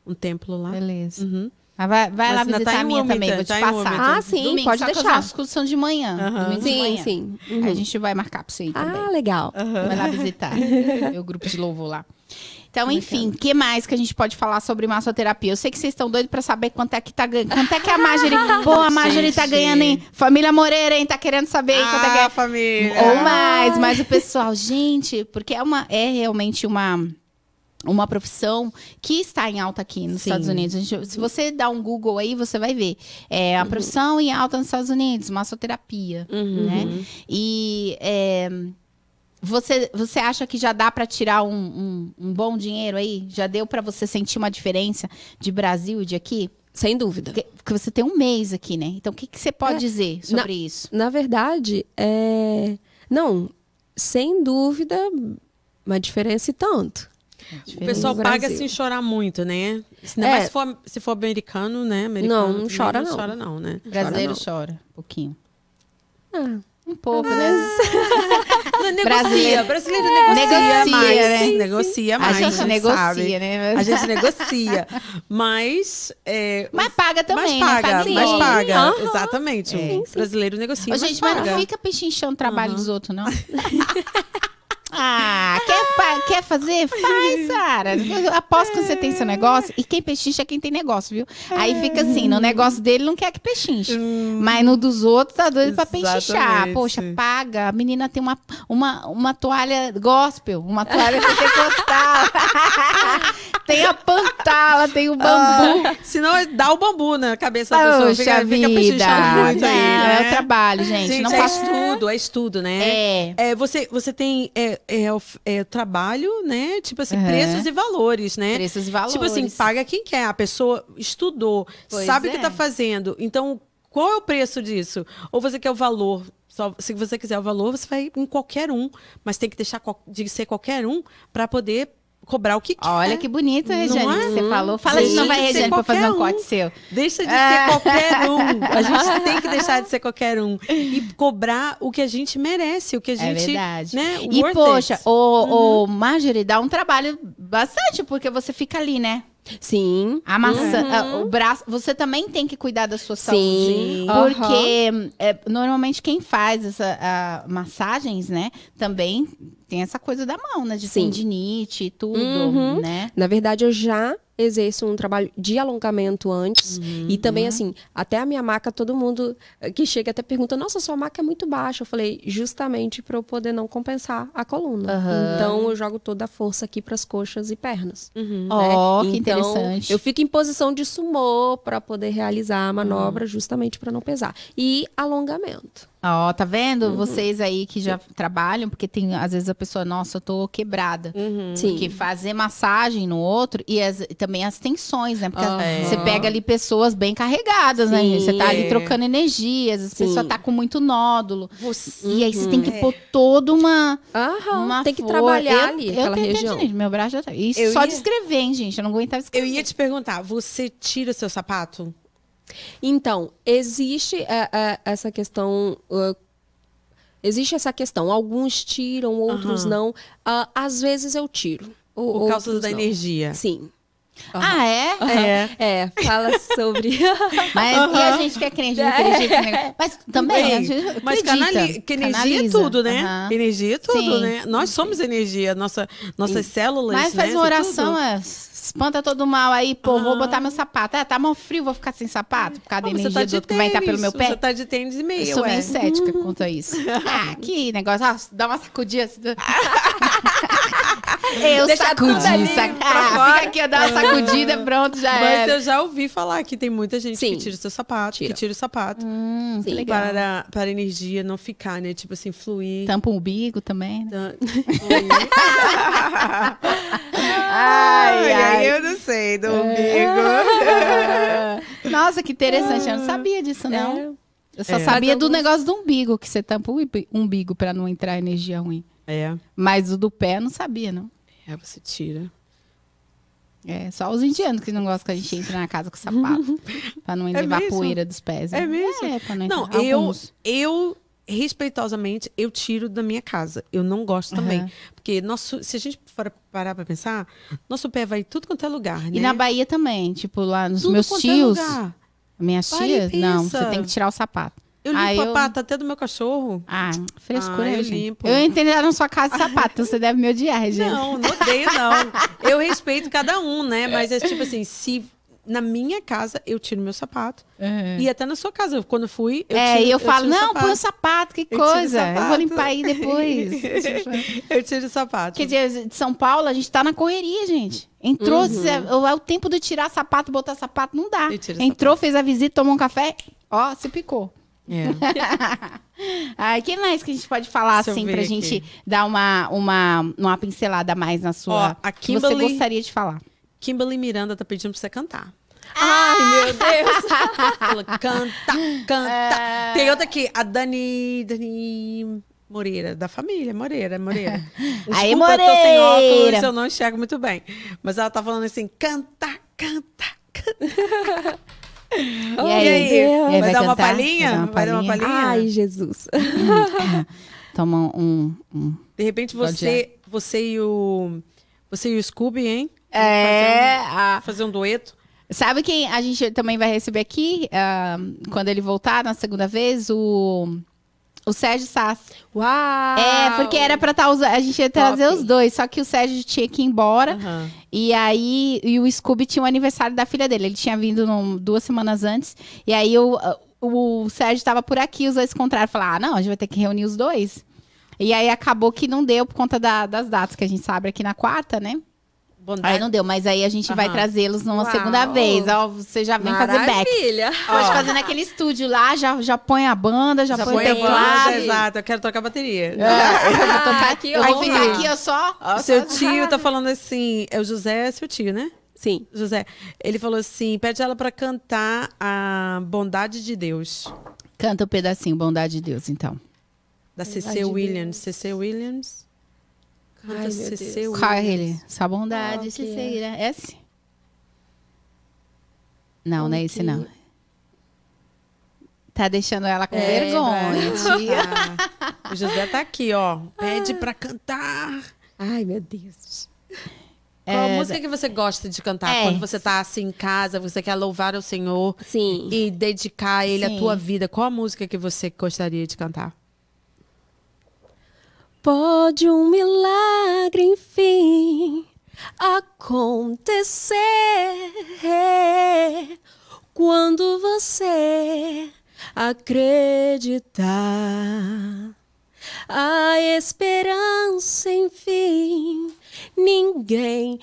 um templo lá. Beleza. Uhum. Mas vai, vai Mas lá ainda visitar tá em a minha Wilmington, também, vou te tá em passar. Wilmington. Ah, sim, Domingo, pode só que os deixar. nossos cursos são de manhã. Aham. Domingo de Sim, manhã. sim. A Uhum. gente vai marcar pra você ir também. Ah, legal. Vai lá visitar. Meu grupo de louvor lá. Então, enfim, o que mais que a gente pode falar sobre massoterapia? Eu sei que vocês estão doidos pra saber quanto é que tá ganhando. Quanto é que a Marjorie... Pô, a Marjorie tá Gente. ganhando, hein? Família Moreira, hein? Tá querendo saber aí quanto é que Ah, é. família! Ou mais, mas o pessoal, gente, porque é, uma, é realmente uma, uma profissão que está em alta aqui nos Sim. Estados Unidos. A gente- se você dá um Google aí, você vai ver. É a profissão em alta nos Estados Unidos, massoterapia, Uhum. né? E é, você, você acha que já dá para tirar um, um, um bom dinheiro aí? Já deu para você sentir uma diferença de Brasil e de aqui? Sem dúvida. Porque, porque você tem um mês aqui, né? Então, o que, que você pode É, dizer sobre isso? Na verdade, é... Não, sem dúvida, uma diferença e tanto. O pessoal no paga Brasil. sem chorar muito, né? Ainda É. mais se for, se for americano, né? Americano Não, não também chora, não não. chora não, né? Brasileiro não. chora um pouquinho. Ah, Um pouco, né? Negocia, Brasileiro- brasileiro negocia, Negocia, mais, né? Sim, negocia A mais, gente negocia, sabe? né? A gente negocia, mas é, Mas paga também, mas né? paga, Paga em mas dólar. paga, Aham. exatamente. É. O brasileiro negocia, Ô, mas gente, mas paga. não fica pechinchando o trabalho dos outros, não. Ah, quer, pa- quer fazer? Faz, Sara. Eu aposto que você tem seu negócio. E quem pechincha é quem tem negócio, viu? Aí fica assim, no negócio dele não quer que pechinche. Mas no dos outros tá doido pra pechinchar. Exatamente. Poxa, paga. A menina tem uma, uma, uma toalha gospel, uma toalha pentecostal. Tem a pantala, tem o bambu. Ah, senão dá o bambu na cabeça da pessoa. Poxa Fica, fica vida. pechinchando muito Não, aí, é né? o trabalho, gente. Gente, não é faço... estudo, é estudo, né? É. É, você, você tem é, é, o- é, o trabalho, né? Tipo assim, Uhum. preços e valores, né? Preços e valores. Tipo assim, paga quem quer. A pessoa estudou, Pois sabe o é. que tá fazendo. Então, qual é o preço disso? Ou você quer o valor? Só, se você quiser o valor, você vai em qualquer um. Mas tem que deixar qual- de ser qualquer um para poder cobrar o que quer. Olha que bonito, Regiane, Não é? que você falou. Fala Sim. de novo aí, Deixa de ser Regiane, pra fazer um qualquer um. corte seu. Deixa de É. ser qualquer um. A gente tem que deixar de ser qualquer um. E cobrar o que a gente merece, o que a É gente. verdade. Né, E, worth poxa, it. o, o Marjorie dá um trabalho bastante, porque você fica ali, né? sim. A maçã, Uhum. a- o braço, você também tem que cuidar da sua saúde. Sim. Porque é, normalmente quem faz essa a, massagens, né, também tem essa coisa da mão, né? De Sim. tendinite e tudo, Uhum. né? Na verdade, eu já exerço um trabalho de alongamento antes. E também, assim, até a minha maca, todo mundo eh, que chega até pergunta, nossa, sua maca é muito baixa. Eu falei, justamente para eu poder não compensar a coluna. Aham. Então, eu jogo toda a força aqui para as coxas e pernas. Uhum. Ó, né? que Então, interessante. eu fico em posição de sumô para poder realizar a manobra, justamente para não pesar. E alongamento. Ó, tá vendo? Uhum. Vocês aí que já trabalham, porque tem, às vezes, a pessoa, nossa, eu tô quebrada. Uhum. Sim. Porque fazer massagem no outro e as- e também as tensões, né? Porque as- Aham. você pega ali pessoas bem carregadas, né? Sim, Você tá ali é. trocando energias, as Sim. pessoas tá com muito nódulo. Você- E aí você tem que É. pôr toda uma. Aham, uma tem que for- trabalhar eu, ali, eu aquela tenho região. tendinite, meu braço já tá. Isso Eu só ia- de escrever, hein, gente? Eu não aguentava Eu escrever. ia te perguntar, você tira seu sapato? Então, existe é, é, essa questão. uh, existe essa questão. Alguns tiram, outros Aham. não. Ah, às vezes eu tiro. o- Por causa outros da não. energia. Sim. Ah, é? É. É, fala sobre. Mas e a gente que é crente, não acredita nesse negócio? Mas também, a Bem, gente mas acredita, canali... que energia canaliza. é tudo, né? Aham. Energia é tudo, Sim. né? Nós somos energia, nossa, nossas células, Mas né? faz uma Isso é oração, tudo. é, espanta todo mal aí, pô, vou botar meu sapato. Ah, tá mó frio, vou ficar sem sapato por causa da Ah, você energia tá do de outro que vai entrar pelo tênis, meu pé. Você tá de tênis e meia, Eu sou ué. meio cética quanto a isso. Ah, que negócio. Ah, dá uma sacudida. assim. Eu Deixa tudo sacudi. ali Sac... pra Ah, fora. fica aqui, eu dou uma sacudida, pronto, já Mas era. eu já ouvi falar que tem muita gente Sim. que tira o seu sapato, Tira. que tira o sapato. Hum, que Sim. legal. Para, para a energia não ficar, né? Tipo assim, fluir. Tampa o umbigo também, né? Tá- fluir. Ai, ai. eu não sei, do umbigo. Nossa, que interessante. Eu não sabia disso, não. É. Eu só É. sabia Mas do alguns- negócio do umbigo, que você tampa o umbi- umbigo pra não entrar energia ruim. É, Mas o do pé eu não sabia, não. é, você tira. É, só os indianos que não gostam que a gente entre na casa com sapato. Pra não levar mesmo? poeira dos pés. É né? mesmo? É, pra não Não, entrar. eu, Alguns. eu respeitosamente, eu tiro da minha casa. Eu não gosto também. Uhum. Porque nosso, se a gente for parar pra pensar, nosso pé vai em tudo quanto é lugar, né? E na Bahia também, tipo, lá nos Tudo meus quanto tios, é lugar. minhas Vai, tias, não, pensa. você tem que tirar o sapato. Eu limpo Ah, a eu- pata até do meu cachorro. Ah, frescura, Ah, eu gente. limpo. Eu entendo na sua casa de sapato, então você deve me odiar, gente. Não, não odeio, não. Eu respeito cada um, né? Mas é tipo assim, se na minha casa eu tiro meu sapato. Uhum. E até na sua casa, quando eu fui, eu é, tiro, e eu falo, tiro o não, sapato. põe o sapato, que Eu tiro o coisa. Eu vou sapato. limpar aí depois. Eu tiro o sapato. Quer dizer, de São Paulo, a gente tá na correria, gente. Entrou, é, é o tempo de tirar sapato, botar sapato, não dá. Eu tiro o Entrou, fez a visita, tomou um café, ó, se picou. É. Ai, que mais que a gente pode falar, Deixa eu assim, ver pra aqui. gente dar uma, uma, uma pincelada a mais na sua... Ó, a que você Kimberly- gostaria de falar. Kimberly Miranda tá pedindo pra você cantar. Ai, meu Deus. Ela canta, canta. Tem outra aqui, a Dani... Dani... Moreira, da família, Moreira, Moreira. Desculpa, Aí, eu tô sem óculos, Moreira. eu não enxergo muito bem. Mas ela tá falando assim, canta, canta, canta. E Oh, aí? E aí? E aí, Vai, dar uma cantar? palhinha? Vai dar uma palhinha? Ai, Jesus. Toma um... um... De repente Pode você, você e o... Você e o Scooby, hein? É, Fazer um, a- fazer um dueto. sabe quem a gente também vai receber aqui, ah, quando ele voltar na segunda vez? O, o Sérgio Sass. Uau. É, porque era pra estar usando. A gente ia trazer Top. os dois, só que o Sérgio tinha que ir embora. Aham. E aí, e o Scooby tinha o aniversário da filha dele. Ele tinha vindo num- duas semanas antes. E aí, o, o Sérgio tava por aqui, os dois encontraram. Falaram, ah, não, a gente vai ter que reunir os dois. E aí, acabou que não deu por conta da- das datas que a gente sabe aqui na quarta, né? Bondade. Aí não deu, mas aí a gente vai Aham. trazê-los numa Uau. segunda vez. Ó, você já vem fazer back. Maravilha. Pode fazer naquele estúdio lá, já, já põe a banda, já, Já põe, põe o a teclado. banda, exato. Eu quero tocar bateria. É, eu vou tocar aqui, eu Aí vou fica- ficar aqui, eu só. ó, Seu só- tio tá falando assim, é o José, é seu tio, né? Sim. José, ele falou assim, pede ela pra cantar a Bondade de Deus, Canta um pedacinho, Bondade de Deus, então. da C C de Williams. C C Williams. Canta Ai, meu C C Deus. Williams. Qual é ele? Sua bondade, Qual se que é? seguirá. Esse? Não, Qual não é esse, que- não. Tá deixando ela com É, vergonha, vai. tia. Ah, o José tá aqui, ó. Pede pra cantar. Ai, meu Deus. Qual É, música que você gosta de cantar É. quando você tá assim em casa, você quer louvar ao Senhor Sim. e dedicar a Ele Sim. a tua vida? Qual a música que você gostaria de cantar? Pode um milagre, enfim, acontecer quando você acreditar. A esperança, enfim, ninguém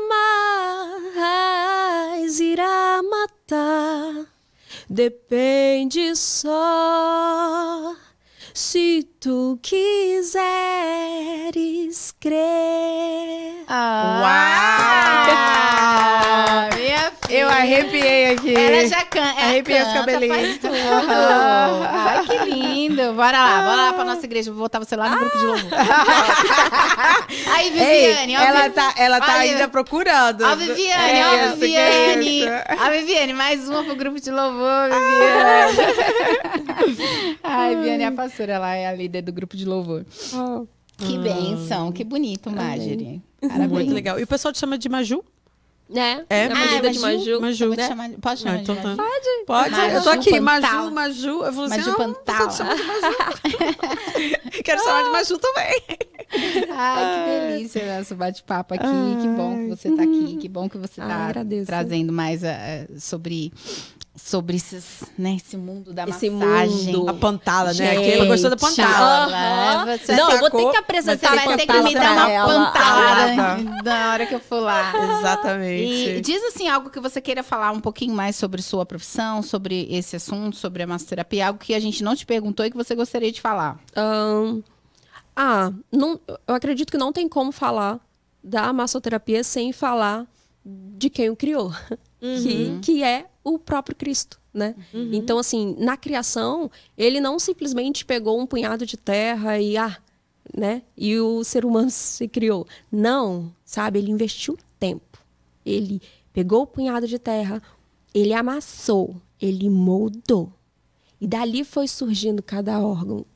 jamais irá matar. Depende só se tu quiseres crer. Ah, minha filha. Eu arrepiei aqui. Ela já can ela Arrepiei os canta, cabelinhos. faz tudo. Ai, que lindo. Bora lá, bora lá pra nossa igreja. Vou botar você lá no grupo de louvor. Aí, Viviane, Ei, ó, ela Vi- tá, ela tá Olha, ainda procurando. Ó, a Viviane, É ó, a isso, que Viviane. isso. A Viviane, mais uma pro grupo de louvor, Viviane. Ai, Viviane é a pastora, ela é a líder do grupo de louvor. Oh. Que bênção, que bonito, Marjorie. Parabéns. Muito legal. E o pessoal te chama de Maju? Né? É? É uma Ah, líder de Maju? Maju. Maju. Eu vou te né? chamar de- Pode chamar Ah, então de tá. Maju? Pode. Maju Eu tô aqui, Pantal. Maju, Maju. Eu falo assim, Maju ah, Pantal. você chama de Maju. Quero chamar de Maju também. Ai, que delícia nosso bate-papo aqui. Que bom que você tá aqui. Que bom que você Ai, tá agradeço. trazendo mais eh, sobre, sobre esses, né, esse mundo da Esse massagem. mundo. A Pantala, né? Gente. Aqui ela gostou da Pantala. Aham. Você Não, eu vou ter sacou? que Você apresentar vai ter que Pantala me dar pra uma ela. pantalada Ah, na hora que eu for lá. Exatamente. E diz assim, algo que você queira falar um pouquinho mais sobre sua profissão, sobre esse assunto, sobre a massoterapia, algo que a gente não te perguntou e que você gostaria de falar. Ahn, ah, não, eu acredito que não tem como falar da massoterapia sem falar de quem o criou, que, que é o próprio Cristo, né? Então, assim, na criação, ele não simplesmente pegou um punhado de terra e, ah, né? E o ser humano se criou. Não, sabe? Ele investiu tempo. Ele pegou o punhado de terra, ele amassou, ele moldou. E dali foi surgindo cada órgão,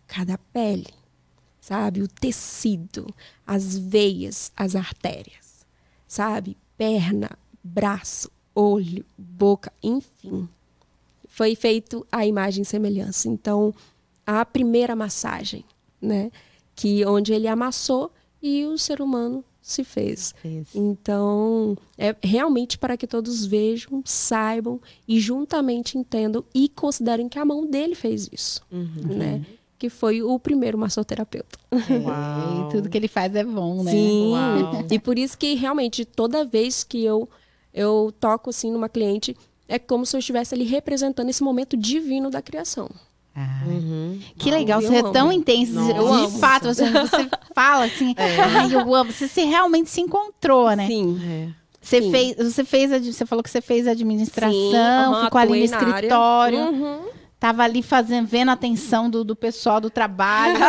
cada pele, sabe? O tecido, as veias, as artérias, sabe? Perna, braço, olho, boca, enfim. Foi feito a imagem e semelhança. Então, a primeira massagem, né? Que onde ele amassou e o ser humano se fez. Fez. Então, é realmente para que todos vejam, saibam e juntamente entendam e considerem que a mão dele fez isso, né? Que foi o primeiro massoterapeuta. É, e tudo que ele faz é bom, né? Sim. Uau. E por isso que realmente toda vez que eu eu toco assim numa cliente, é como se eu estivesse ali representando esse momento divino da criação. Ah, Uhum. que legal, Eu você é amo. tão intenso. Nossa. De Eu amo. fato, você, você fala assim, ai, eu amo. Você se realmente se encontrou, né? Sim. É. Você Sim. fez, você fez, ad- você falou que você fez administração, Sim, aham, ficou ali no atuei na área. escritório, Uhum. tava ali fazendo, vendo a atenção do, do pessoal do trabalho.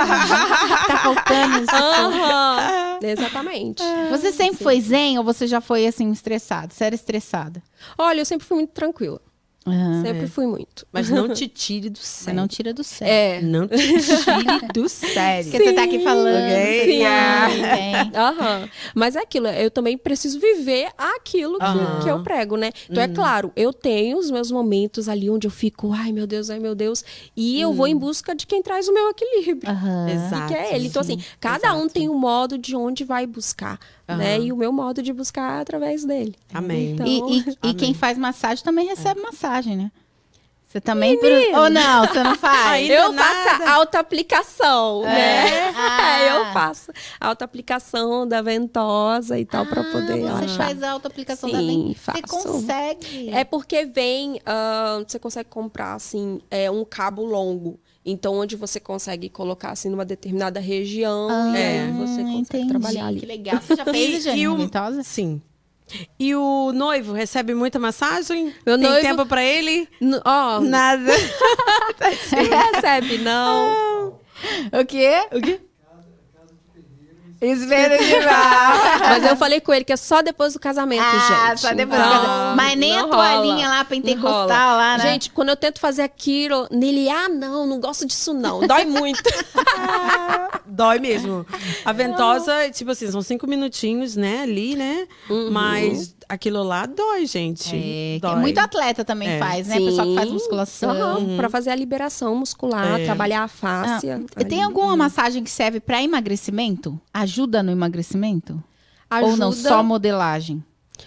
Tá faltando isso. Aham. Exatamente. Você sempre foi zen ou você já foi assim estressado? Você era estressada? Olha, eu sempre fui muito tranquila. Aham. Sempre fui muito. Mas não te tire do Você sério. não tira do sério. É. Não te tire do sério. Porque você tá aqui falando. Ok. você Sim. tá bem. Aham. Mas é aquilo, eu também preciso viver aquilo que, Aham. que eu prego, né? Então, é claro, eu tenho os meus momentos ali onde eu fico, ai meu Deus, ai meu Deus, e eu vou em busca de quem traz o meu equilíbrio. Aham. Exato. Que é ele. Então, assim, cada um tem um modo de onde vai buscar, né? E o meu modo de buscar é através dele. Amém. Então- E, e- e Amém. quem faz massagem também recebe massagem, né? Você também... Por... Ou não, você não faz? Ainda Eu nada. faço a autoaplicação, né? Ah. É, eu faço a autoaplicação da ventosa e tal, para poder Ah, você relaxar. faz a autoaplicação da Sim, mente. Você faço. consegue. É porque vem, ah, você consegue comprar, assim, é, um cabo longo. Então, onde você consegue colocar, assim, numa determinada região. Ah, e aí você consegue entendi. trabalhar ali. Que legal. Você já fez, E- e Jane o- Ventosa? Sim. E o noivo recebe muita massagem? Meu Tem noivo- tempo pra ele? N- Ó, Nada. recebe, não. O quê? O quê? Espero demais. Mas eu falei com ele que é só depois do casamento, Ah, gente. só depois do Então, casamento. Mas nem a não toalhinha rola. lá, pentecostal Não rola. lá, né? Gente, quando eu tento fazer aquilo, nele, ah, não, não gosto disso não. Dói muito. Dói mesmo. A ventosa, tipo assim, são cinco minutinhos, né, ali, né? Mas aquilo lá dói, gente. É, que dói. muito atleta também É. faz, né? Pessoal que faz Sim. musculação. Aham, Pra fazer a liberação muscular, É. trabalhar a Ah, fáscia. tem alguma massagem que serve para emagrecimento? Ajuda no emagrecimento? Ou não, Ajuda- só modelagem?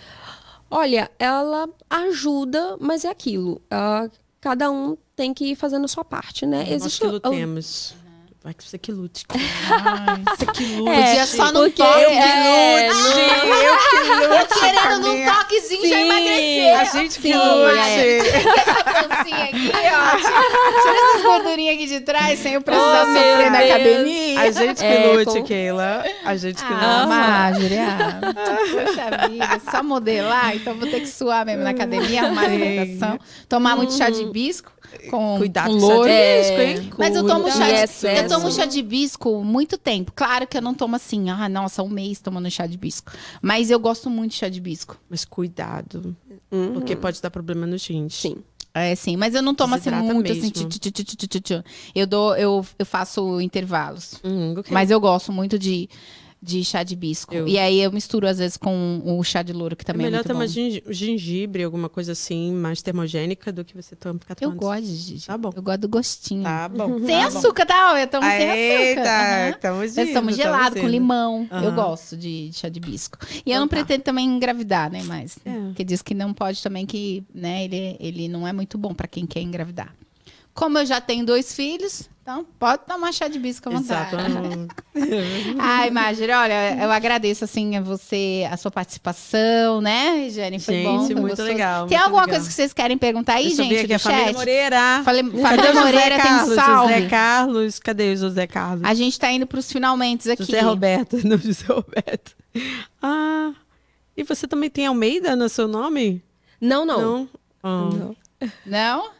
Olha, ela ajuda, mas é aquilo. ah, cada um tem que ir fazendo a sua parte, né? Nós Existe que o- lutemos. Vai que você que lute. Você que lute. Podia só num porque- toque. é, eu eu que Eu lute. querendo num Camila. toquezinho já Sim, emagrecer. A gente que Sim, lute. Essa pancinha aqui, ó. Tira, tira essas gordurinhas aqui de trás, sem eu precisar Oh, sofrer meu na Deus. academia. A gente que É, lute, com- Keila. A gente que Ah, lute. Marjorie, ah, poxa vida, só modelar, então vou ter que suar mesmo na academia, arrumar alimentação, tomar muito chá de hibisco com Cuidado com com o chá de louro. hibisco, É. hein? Mas eu tomo, Cuidado. chá de, E excesso. eu tomo chá de hibisco muito tempo. Claro que eu não tomo assim, ah, nossa, um mês tomando chá de hibisco. Mas eu gosto muito de chá de hibisco. Mas cuidado, Uhum. porque pode dar problema no gente. Sim. É, sim, mas eu não tomo assim Desidrata muito, assim, mesmo. tchu, tchu, tchu, tchu, tchu, tchu. Eu dou, eu, eu faço intervalos. Hum, ok. Mas eu gosto muito de, de chá de hibisco. Eu- E aí eu misturo, às vezes, com o chá de louro, que É também é, melhor muito tomar bom. gengi- gengibre, alguma coisa assim, mais termogênica, do que você toma, ficar Eu tomando. gosto de Tá bom. Eu gosto do gostinho. Tá bom. Sem tá bom. açúcar, tá? Eu tomo sem açúcar. Aham. Eita, tamo Nós indo, tomamos gelado, tamo com indo. limão. Eu Aham. gosto de, de chá de hibisco. E eu Então não tá. pretendo também engravidar, né? Mas, É. porque diz que não pode também, que né, ele, ele não é muito bom pra quem quer engravidar. Como eu já tenho dois filhos, então pode tomar chá de hibisco à vontade. Exato. Ai, Marjorie, olha, eu agradeço, assim, a você, a sua participação, né, Regiane? Foi Gente, bom, foi muito gostoso. legal, Tem muito alguma legal. coisa que vocês querem perguntar aí, Deixa eu ver gente, aqui do a família chat? Moreira. Falei, Cadê família o José Moreira tem um Carlos? salve. José Carlos, cadê o José Carlos? A gente tá indo pros finalmente aqui. José Roberto, não, José Roberto. Ah, e você também tem Almeida no seu nome? Não, não. Não? Ah. Não. Não?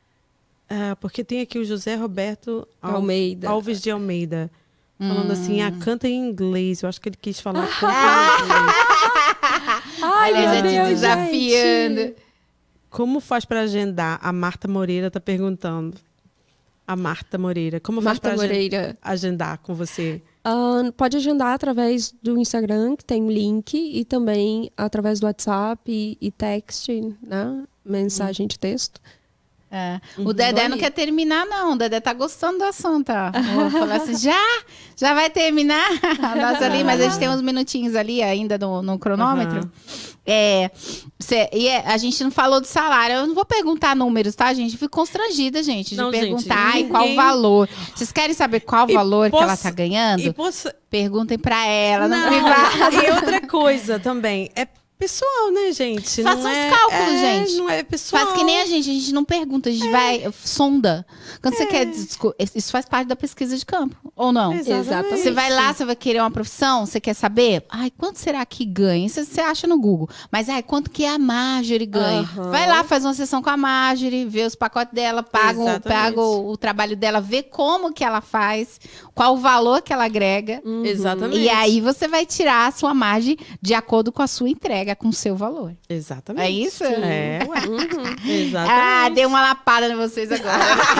Ah, porque tem aqui o José Roberto Al- Almeida. Alves de Almeida. Falando assim, Hum. ah, canta em inglês. Eu acho que ele quis falar canta em inglês. Ai, Olha, meu já te Deus, desafiando. gente. Como faz para agendar? A Marta Moreira tá perguntando. A Marta Moreira. Como faz Marta pra agen- Moreira. agendar com você? Ah, pode agendar através do Instagram, que tem um link, e também através do WhatsApp e, e text, né? Mensagem de texto. É. O Dedé Olha não aí. quer terminar, não. O Dedé tá gostando do assunto, ó. Vou falar assim, já? Já vai terminar? Nossa, ali, mas a gente tem uns minutinhos ali ainda no, no cronômetro. Aham. É, cê- e é, a gente não falou do salário. Eu não vou perguntar números, tá, gente? Fico constrangida, gente, de Não, gente, perguntar e qual o ninguém- valor. Vocês querem saber qual o E valor que posso- ela tá ganhando? E, posso... Perguntem pra ela, não, Não, me vá. e outra coisa também, é pessoal, né, gente? Faça Não uns é- cálculos, é, gente. Não é pessoal. Faz que nem a gente, a gente não pergunta, a gente vai, sonda. Quando você quer, desco- isso faz parte da pesquisa de campo, ou não? Exatamente. Você vai lá, você vai querer uma profissão, você quer saber? Ai, quanto será que ganha? Isso você acha no Google. Mas, ai, quanto que a Marjorie ganha? Aham. Vai lá, faz uma sessão com a Marjorie, vê os pacotes dela, paga, o- Exatamente. paga o, o trabalho dela, vê como que ela faz, qual o valor que ela agrega. Exatamente. E aí você vai tirar a sua margem de acordo com a sua entrega, com o seu valor. Exatamente. É isso? É, ué. Exatamente. Ah, dei uma lapada em vocês agora.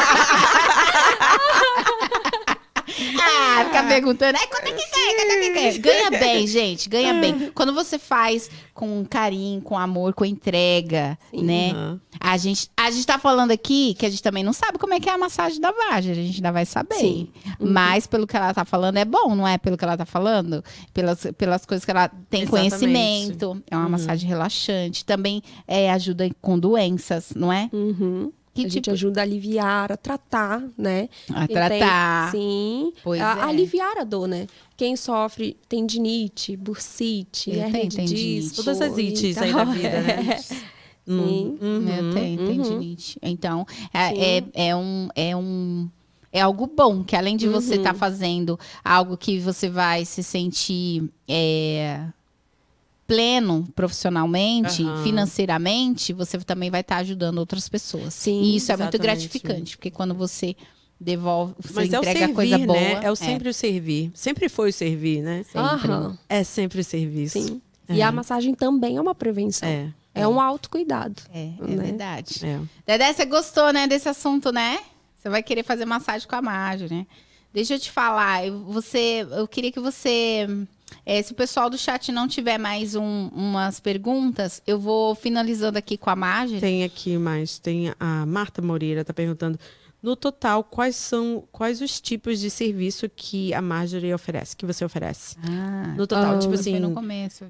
Ah, ficar perguntando, ai, quanto é que ganha? Quanto é que ganha? Ganha bem, gente, ganha bem. Quando você faz com carinho, com amor, com entrega, né? Aham. A gente, a gente tá falando aqui que a gente também não sabe como é que é a massagem da Marjorie, a gente ainda vai saber. Sim. Mas pelo que ela tá falando é bom, não é? Pelo que ela tá falando, pelas, pelas coisas que ela tem Exatamente. conhecimento. É uma massagem relaxante. Também é, ajuda com doenças, não é? Uhum. Que a gente tipo- ajuda a aliviar, a tratar, né? A Quem tem- tratar. sim. Pois a, é. aliviar a dor, né? Quem sofre tendinite, bursite, Eu hérnia tenho de tendinite. disco. Todas as ites aí então, da vida, né? Sim. Uhum. Eu tenho Uhum. tendinite. Então, é, é, é um... É um é algo bom, que além de você estar fazendo algo que você vai se sentir é, pleno profissionalmente, Aham. financeiramente, você também vai estar ajudando outras pessoas. Sim, e isso é muito exatamente. gratificante, porque quando você devolve, você Mas é o entrega servir, coisa boa. né? É o sempre o servir. Sempre foi o servir, né? sempre. Aham. É sempre o serviço. Sim. E a massagem também é uma prevenção. É. É um autocuidado. É, é né? verdade. É. Dedé, você gostou, né, desse assunto, né? Você vai querer fazer massagem com a Marjorie, né? Deixa eu te falar, eu, você, eu queria que você... é, se o pessoal do chat não tiver mais um- umas perguntas, eu vou finalizando aqui com a Marjorie. Tem aqui mais, tem a Marta Moreira tá perguntando, no total, quais são quais os tipos de serviço que a Marjorie oferece, que você oferece? Ah, No total, Ah, tipo foi assim, no começo.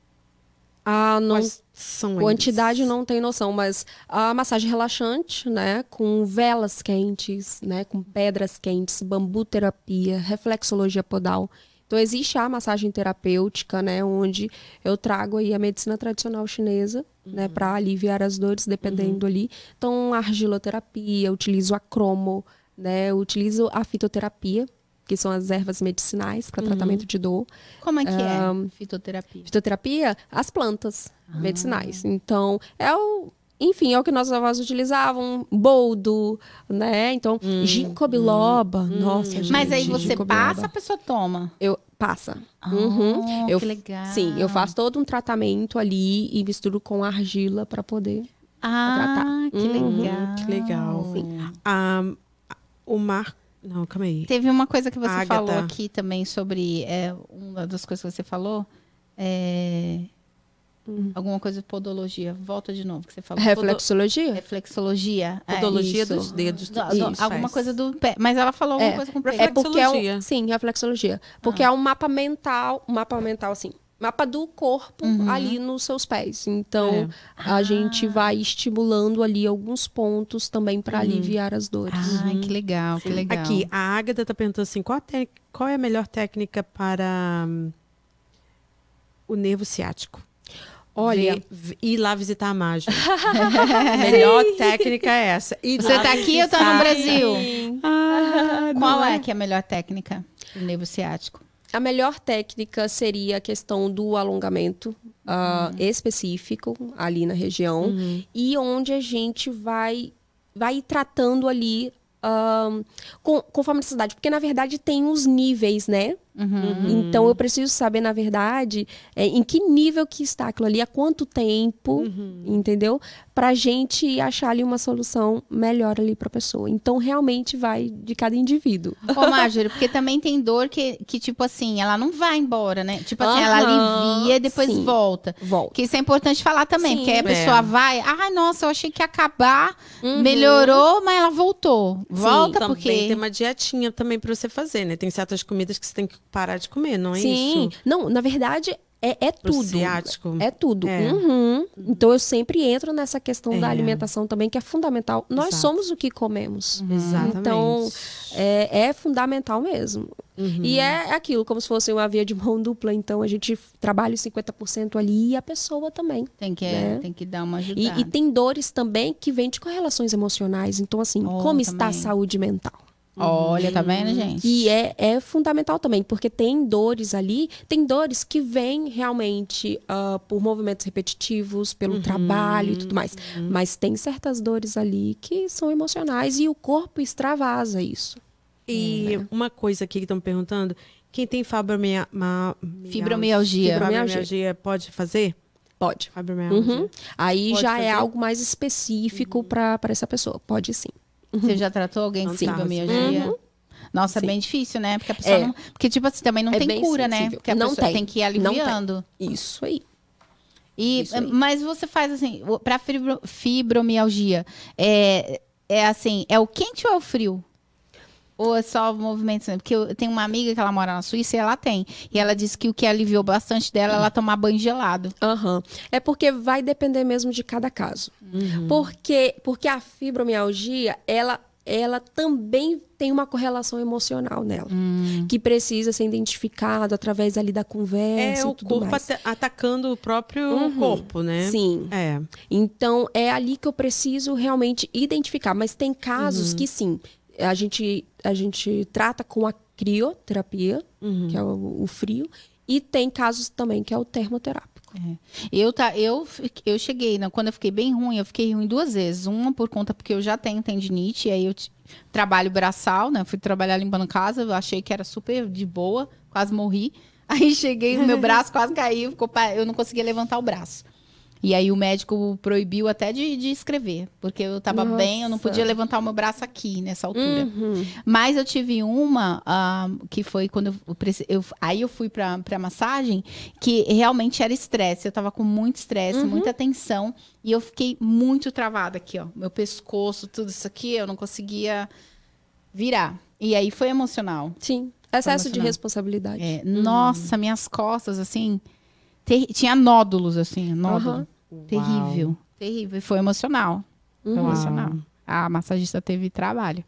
Ah, não, quais são eles? quantidade não tem noção, mas a massagem relaxante, né, com velas quentes, né, com pedras quentes, bambu terapia, reflexologia podal. Então existe a massagem terapêutica, né, onde eu trago aí a medicina tradicional chinesa, né, para aliviar as dores, dependendo ali. Então argiloterapia, eu utilizo a cromo, né, eu utilizo a fitoterapia, que são as ervas medicinais para tratamento de dor. Como é que é fitoterapia? Fitoterapia, as plantas medicinais. Então, é o... Enfim, é o que nossos avós utilizavam. Boldo, né? Então, ginkgo biloba. Nossa, gente. Mas aí você ginkgo passa, a biloba. pessoa toma. Eu... Passa. Ah, Uhum. Eu, que legal. Sim, eu faço todo um tratamento ali e misturo com argila para poder... Ah, que Uhum, legal. que legal. Ah, o Mar... Não, calma aí. Teve uma coisa que você Ágata. falou aqui também sobre é, uma das coisas que você falou. É, alguma coisa de podologia. Volta de novo que você falou. Reflexologia? Reflexologia. é, Podologia isso. dos dedos. Do- tudo do- isso alguma faz. coisa do pé. Mas ela falou alguma É, coisa com o pé. É porque é um, Reflexologia. sim, reflexologia. Porque é um mapa mental, um mapa mental assim, mapa do corpo ali nos seus pés. Então, a gente vai estimulando ali alguns pontos também para aliviar as dores. Ai, que legal, que legal. Aqui, a Ágata tá perguntando assim, qual a, tec- qual é a melhor técnica para hum, o nervo ciático? Olha, Ver- v- ir lá visitar a Marjorie. A melhor técnica é essa. Ir Você lá tá aqui ou tá no visitar. Brasil? Ah, Qual não é que é a melhor técnica do nervo ciático? a melhor técnica seria a questão do alongamento ah, específico ali na região e onde a gente vai vai tratando ali ah, com, conforme a necessidade, porque na verdade tem os níveis, né, Uhum. Então, eu preciso saber, na verdade, é, em que nível que está aquilo ali, há quanto tempo, Uhum. entendeu? Pra gente achar ali uma solução melhor ali pra pessoa. Então, realmente vai de cada indivíduo. Ô, Marjorie, porque também tem dor que, que, tipo assim, ela não vai embora, né? Tipo assim, ela Aham, alivia e depois sim. volta. Volta. Que isso é importante falar também, Sim. porque aí a pessoa É. vai, ai, nossa, eu achei que ia acabar, Uhum. melhorou, mas ela voltou. Volta Também porque... tem uma dietinha também pra você fazer, né? Tem certas comidas que você tem que parar de comer, não é Sim. isso? Não, na verdade, é, é Pro tudo. ciático. É tudo. É. Uhum. Então, eu sempre entro nessa questão É. da alimentação também, que é fundamental. Nós Exato. somos o que comemos. Exatamente. Então, é, é fundamental mesmo. Uhum. E é aquilo, como se fosse uma via de mão dupla. Então, a gente trabalha os cinquenta por cento ali e a pessoa também. Tem que, né? tem que dar uma E, ajudada. e tem dores também que vêm de correlações emocionais. Então, assim, Oh, como está a também. saúde mental? Olha, tá vendo, gente? Que é, é fundamental também, porque tem dores ali, tem dores que vêm realmente ah, por movimentos repetitivos, pelo trabalho e tudo mais. Mas tem certas dores ali que são emocionais e o corpo extravasa isso. E uma coisa aqui que estão perguntando, quem tem fibromia... ma- Fibromialgia. Fibromialgia pode fazer? Pode. Fibromialgia. Uhum. Aí Pode já fazer? é algo mais específico para essa pessoa. Pode sim. Você já tratou alguém com Sim. fibromialgia? Nossa, é Sim. bem difícil, né? Porque a pessoa É. não... Porque, tipo assim, também não É tem bem cura, né? sensível. Porque a Não pessoa tem. tem que ir Não tem. aliviando. Isso aí. E, Isso aí. mas você faz assim, para fibromialgia, é, é assim, é o quente ou é o frio? Ou é só movimentos? Porque eu tenho uma amiga que ela mora na Suíça e ela tem. E ela disse que o que aliviou bastante dela é ela tomar banho gelado. Aham. É porque vai depender mesmo de cada caso. Porque, porque a fibromialgia, ela, ela também tem uma correlação emocional nela. Que precisa ser identificado através ali da conversa É e o tudo corpo mais. ata- atacando o próprio corpo, né? Sim. É. Então, é ali que eu preciso realmente identificar. Mas tem casos que, sim, a gente, a gente trata com a crioterapia, que é o, o frio, e tem casos também que é o termoterápico. É. Eu, tá, eu, fi- eu cheguei, né, quando eu fiquei bem ruim, eu fiquei ruim duas vezes. Uma por conta porque eu já tenho tendinite, e aí eu t- trabalho braçal, né? Fui trabalhar limpando casa, eu achei que era super de boa, quase morri. Aí cheguei, o meu braço quase caiu, ficou pa- eu não conseguia levantar o braço. E aí o médico proibiu até de, de escrever, porque eu tava Nossa. bem, eu não podia levantar o meu braço aqui, nessa altura. Uhum. Mas eu tive uma ah, que foi quando eu, preci- eu aí eu fui pra, pra massagem, que realmente era estresse. Eu tava com muito estresse, muita tensão, e eu fiquei muito travada aqui, ó. Meu pescoço, tudo isso aqui, eu não conseguia virar. E aí foi emocional. Sim. Excesso de emocional. responsabilidade. É, Nossa, minhas costas, assim, ter- tinha nódulos, assim, nódulo. Aham. Terrível, terrível. E foi emocional. Foi Uhum. emocional. A massagista teve trabalho.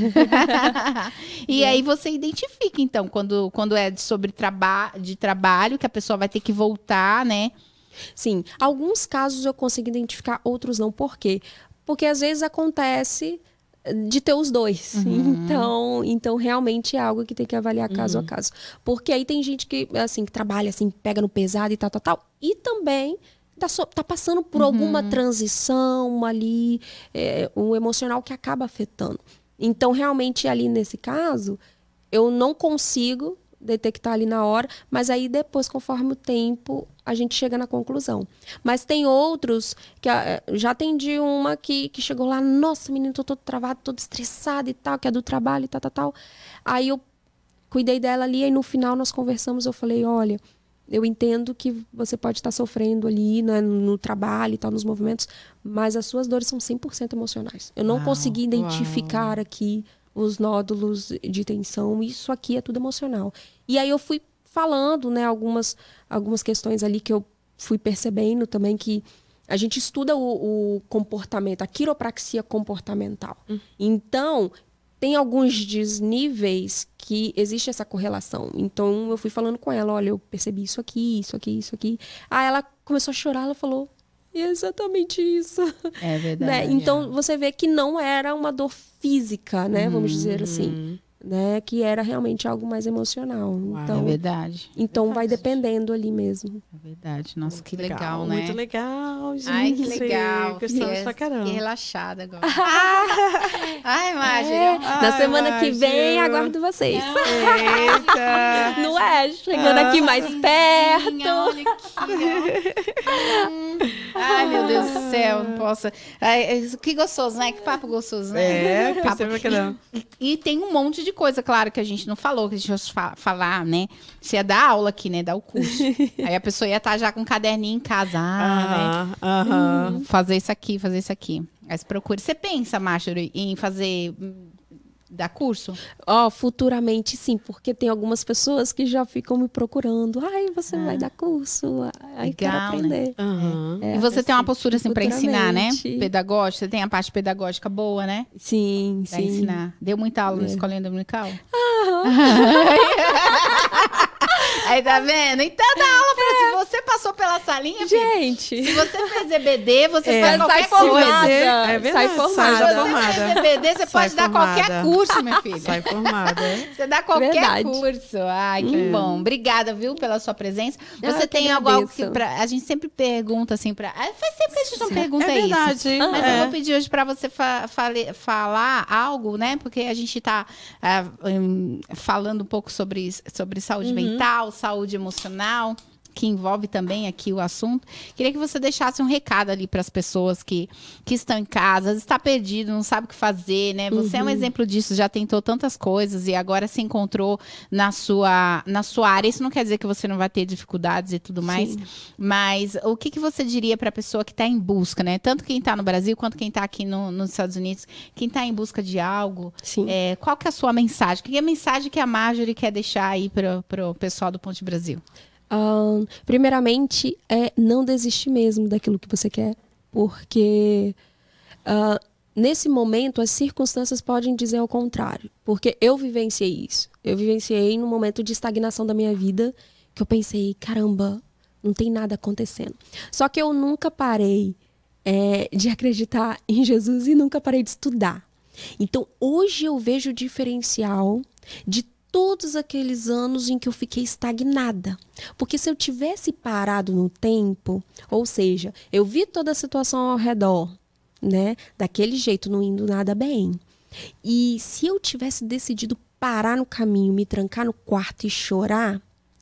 E aí você identifica, então, quando, quando é sobre traba de trabalho, que a pessoa vai ter que voltar, né? Sim, alguns casos eu consigo identificar, outros não. Por quê? Porque às vezes acontece de ter os dois. Então, então realmente é algo que tem que avaliar caso a caso. Porque aí tem gente que, assim, que trabalha, assim, pega no pesado e tal, tal, tal. E também tá, so- tá passando por alguma transição ali, é, um emocional que acaba afetando. Então, realmente, ali nesse caso, eu não consigo detectar ali na hora, mas aí depois, conforme o tempo, a gente chega na conclusão. Mas tem outros, que ah, já atendi uma que, que chegou lá, nossa, menino, tô todo travado, todo estressado e tal, que é do trabalho e tal, tal, tal. Aí eu cuidei dela ali, e no final nós conversamos, eu falei, olha, eu entendo que você pode estar sofrendo ali, né, no trabalho e tal, nos movimentos, mas as suas dores são cem por cento emocionais. Eu não Uau, consegui identificar aqui os nódulos de tensão, isso aqui é tudo emocional. E aí eu fui falando, né, algumas, algumas questões ali que eu fui percebendo também que a gente estuda o, o comportamento, a quiropraxia comportamental. Então, tem alguns desníveis que existe essa correlação. Então, eu fui falando com ela, olha, eu percebi isso aqui, isso aqui, isso aqui. Aí ela começou a chorar, ela falou, é exatamente isso. É Né? verdade. Então, você vê que não era uma dor física, né? Vamos dizer assim. né? Que era realmente algo mais emocional. Uau. É Então, verdade. então vai dependendo ali mesmo. É verdade. Nossa, Muito que legal, né? Muito legal, gente. Ai, que legal. Gostamos Que- pra caramba. Que relaxada agora. Ai, Marjorie. É, na Ai, semana que vem, Márcio. aguardo vocês. Eita! Não é? Chegando aqui mais perto. Olha aqui, ó. Hum. Ai, meu Deus do céu, não posso. Ai, que gostoso, né? Que papo gostoso, né? É, Papo- perceba que não. E tem um monte de coisa, claro, que a gente não falou, que a gente fosse fa- falar, né? Você ia dar aula aqui, né? Dar o curso. Aí a pessoa ia estar já com um caderninho em casa, ah, né? Aham, aham. Hum, fazer isso aqui, fazer isso aqui. Aí você procura. Você pensa, Marjorie, em fazer... hum, dar curso? Ó, futuramente sim, porque tem algumas pessoas que já ficam me procurando. Ai, você vai dar curso? Ai, quero Legal, né? aprender. Aham. É, E você tem uma assim, postura, assim, pra ensinar, né? futuramente. Pedagógica. Você tem a parte pedagógica boa, né? Sim, Pra sim. ensinar. Deu muita aula na É. escolinha dominical? Aí, tá vendo? Então dá aula pra... Se você passou pela salinha, filho, Gente, se você fez E B D, você É, faz sai qualquer coisa. formada. É verdade, Sai sai formada. já Se você formada. fez E B D, você Sai pode dar formada. qualquer curso, minha filha. Sai formada. Você dá qualquer Verdade. curso. Ai, que bom. Obrigada, viu, pela sua presença. Ah, Você eu que tem algo, algo que agradeço. pra, a gente sempre pergunta assim pra. ah, Faz tempo que a gente não pergunta É isso. verdade. Mas é. eu vou pedir hoje para você fa- fale- falar algo, né? Porque a gente está falando um pouco sobre, sobre saúde Uhum. mental, saúde emocional, que envolve também aqui o assunto. Queria que você deixasse um recado ali para as pessoas que, que estão em casa, às vezes está perdido, não sabe o que fazer, né? Você Uhum. é um exemplo disso, já tentou tantas coisas e agora se encontrou na sua, na sua área. Isso não quer dizer que você não vai ter dificuldades e tudo mais, Sim. mas o que, que você diria para a pessoa que está em busca, né? Tanto quem está no Brasil quanto quem está aqui no- nos Estados Unidos, quem está em busca de algo, sim. é, qual que é a sua mensagem? Que é a mensagem que a Marjorie quer deixar aí para o pessoal do Ponte Brasil? Ahn, primeiramente, é não desistir mesmo daquilo que você quer, porque ah, nesse momento as circunstâncias podem dizer ao contrário, porque eu vivenciei isso. Eu vivenciei num momento de estagnação da minha vida, que eu pensei, caramba, não tem nada acontecendo. Só que eu nunca parei é, de acreditar em Jesus e nunca parei de estudar. Então, hoje eu vejo o diferencial de todos aqueles anos em que eu fiquei estagnada. Porque se eu tivesse parado no tempo, ou seja, eu vi toda a situação ao redor, né, daquele jeito, não indo nada bem. E se eu tivesse decidido parar no caminho, me trancar no quarto e chorar,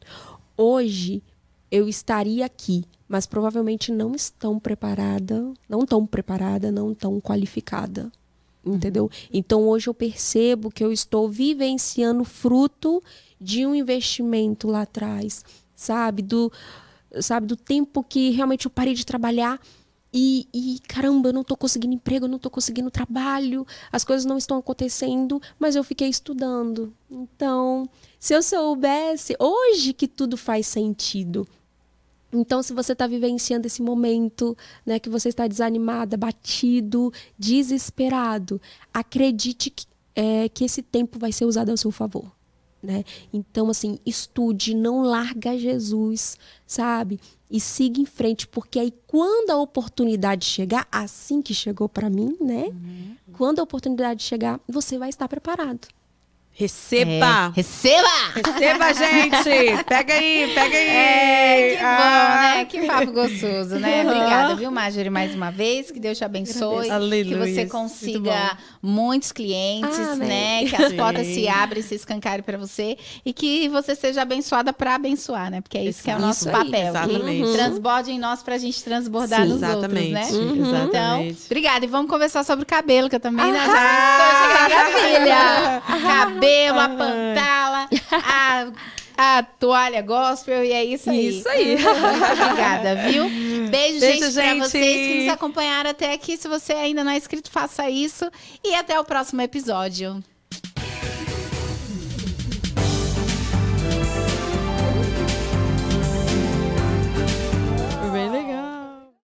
hoje eu estaria aqui, mas provavelmente não estão preparada, não tão preparada, não tão qualificada. Entendeu? Então hoje eu percebo que eu estou vivenciando fruto de um investimento lá atrás, sabe? Do, sabe? Do tempo que realmente eu parei de trabalhar e, e caramba, eu não estou conseguindo emprego, eu não estou conseguindo trabalho, as coisas não estão acontecendo, mas eu fiquei estudando. Então, se eu soubesse, hoje que tudo faz sentido. Então, se você está vivenciando esse momento, né, que você está desanimada, batido, desesperado, acredite que, é, que esse tempo vai ser usado ao seu favor, né? Então, assim, estude, não larga Jesus, sabe? E siga em frente, porque aí quando a oportunidade chegar, assim que chegou para mim, né? Uhum. Quando a oportunidade chegar, você vai estar preparado. Receba! É, receba! Receba, gente! Pega aí, pega aí! É, que bom, Ah. né? Que papo gostoso, né? Obrigada, viu, Marjorie, mais uma vez. Que Deus te abençoe. Aleluia. Que você Muito consiga muitos clientes, Amém. né? Que as Sim. portas se abrem, se escancarem para você. E que você seja abençoada para abençoar, né? Porque é isso que é o nosso Isso aí. papel. Exatamente. Que transborde em nós pra gente transbordar Sim. nos Exatamente. outros, né? Uhum. Então, Exatamente. obrigada. E vamos conversar sobre o cabelo, que eu também né, já pensou, maravilha. Cabelo, a pantala, a, a toalha gospel, e é isso aí. Isso aí. Muito obrigada, viu? Beijo, Beijo, gente, pra gente. vocês que nos acompanharam até aqui. Se você ainda não é inscrito, faça isso. E até o próximo episódio.